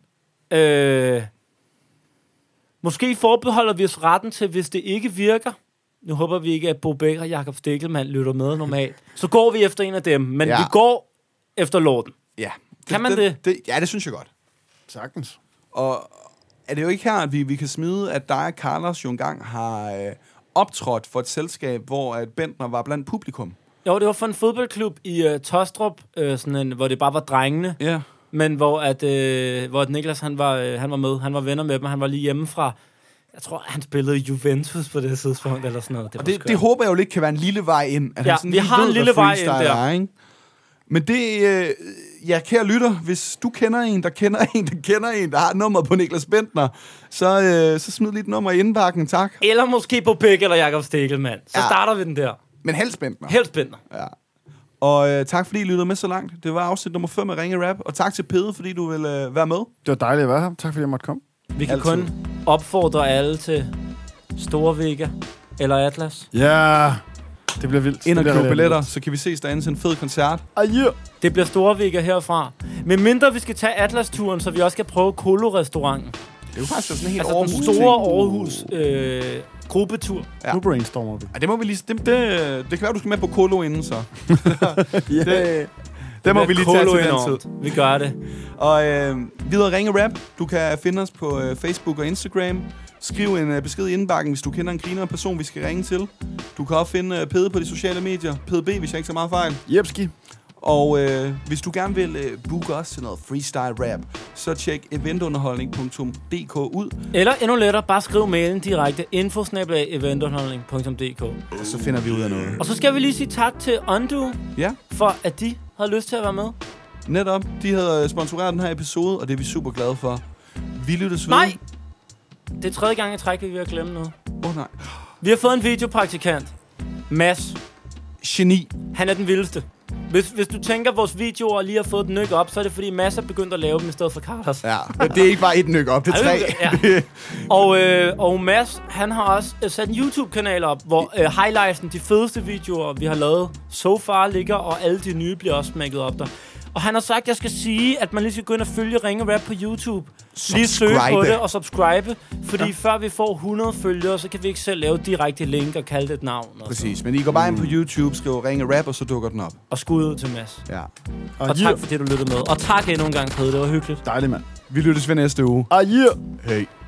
måske forbeholder vi os retten til, hvis det ikke virker. Nu håber vi ikke, at Bo Bæk og Jakob Stikkelmann lytter med normalt. Så går vi efter en af dem, men vi går efter Lorden. Ja. Kan man det? Ja, det synes jeg godt. Sagtens. Og er det jo ikke her, at vi kan smide, at dig og Carlos jo engang har optrådt for et selskab, hvor at Bentner var blandt publikum? Jo, det var for en fodboldklub i Tostrup, hvor det bare var drengene. Ja. Men hvor Niklas han var med. Han var venner med dem, han var lige hjemme fra... Jeg tror, han spillede Juventus på det tidspunkt, eller sådan noget. Det håber jeg jo lidt kan være en lille vej ind. At vi har en lille vej ind der. Ikke? Men det, kære lytter, hvis du kender en, der kender en, der har nummer på Niklas Bentner, så smid lige et nummer i indbakken, tak. Eller måske på Bæk eller Jakob Stikkelmann. Så starter vi den der. Men helst Bentner. Helst Bentner. Ja. Og tak fordi I lyttede med så langt. Det var afsnit nummer 5 af Ringe Rap. Og tak til Pede, fordi du ville være med. Det var dejligt at være her. Tak fordi jeg måtte komme. Vi kan kun opfordre alle til Storvega eller Atlas. Ja, det bliver vildt. Ind og købe billetter, så kan vi ses derinde til en fed koncert. Det bliver Storvega herfra. Men mindre vi skal tage Atlas-turen, så vi også kan prøve Kolo-restauranten. Det er jo faktisk sådan en helt Aarhus. Den store Aarhus gruppetur. Ja. Nu brainstormer vi. Ja, det må vi lige... Det kan være, du skal med på Kolo inden, så. Det må vi lige tage til den tid. Vi gør det. Og videre Ringe Rap. Du kan finde os på Facebook og Instagram. Skriv en besked i indbakken, hvis du kender en griner person, vi skal ringe til. Du kan også finde Pede på de sociale medier. Pede B, hvis jeg ikke så meget fejl. Jepski. Og hvis du gerne vil booke os til noget freestyle rap, så tjek eventunderholdning.dk ud. Eller endnu lettere, bare skriv mailen direkte info@eventunderholdning.dk. Og så finder vi ud af noget. Og så skal vi lige sige tak til Undo, for at de havde lyst til at være med. Netop, de havde sponsoreret den her episode, og det er vi super glade for. Vi lyttes ved. Nej! Det er 3. gang i træk, vi er ved at glemme noget. Nej. Vi har fået en videopraktikant. Mads. Geni. Han er den vildeste. Hvis du tænker, at vores videoer lige har fået den nyk op, så er det fordi Mads er begyndt at lave dem i stedet for Carlos. Ja, det er ikke bare et nyk op, det er 3. Ja. Og Mads, han har også sat en YouTube-kanal op, hvor highlightsen, de fedeste videoer, vi har lavet so far, ligger, og alle de nye bliver også smækket op der. Og han har sagt, at jeg skal sige, at man lige skal gå ind og følge Ringe Rap på YouTube. Lige søge på det og subscribe. Fordi før vi får 100 følgere, så kan vi ikke selv lave direkte link og kalde det et navn. Præcis, men I går bare ind på YouTube, skriver Ringe Rap, og så dukker den op. Og skud ud til Mads. Ja. Og tak fordi du lyttede med. Og tak endnu en gang, Pede. Det var hyggeligt. Dejligt, mand. Vi lyttes ved næste uge. Adjø. Hej.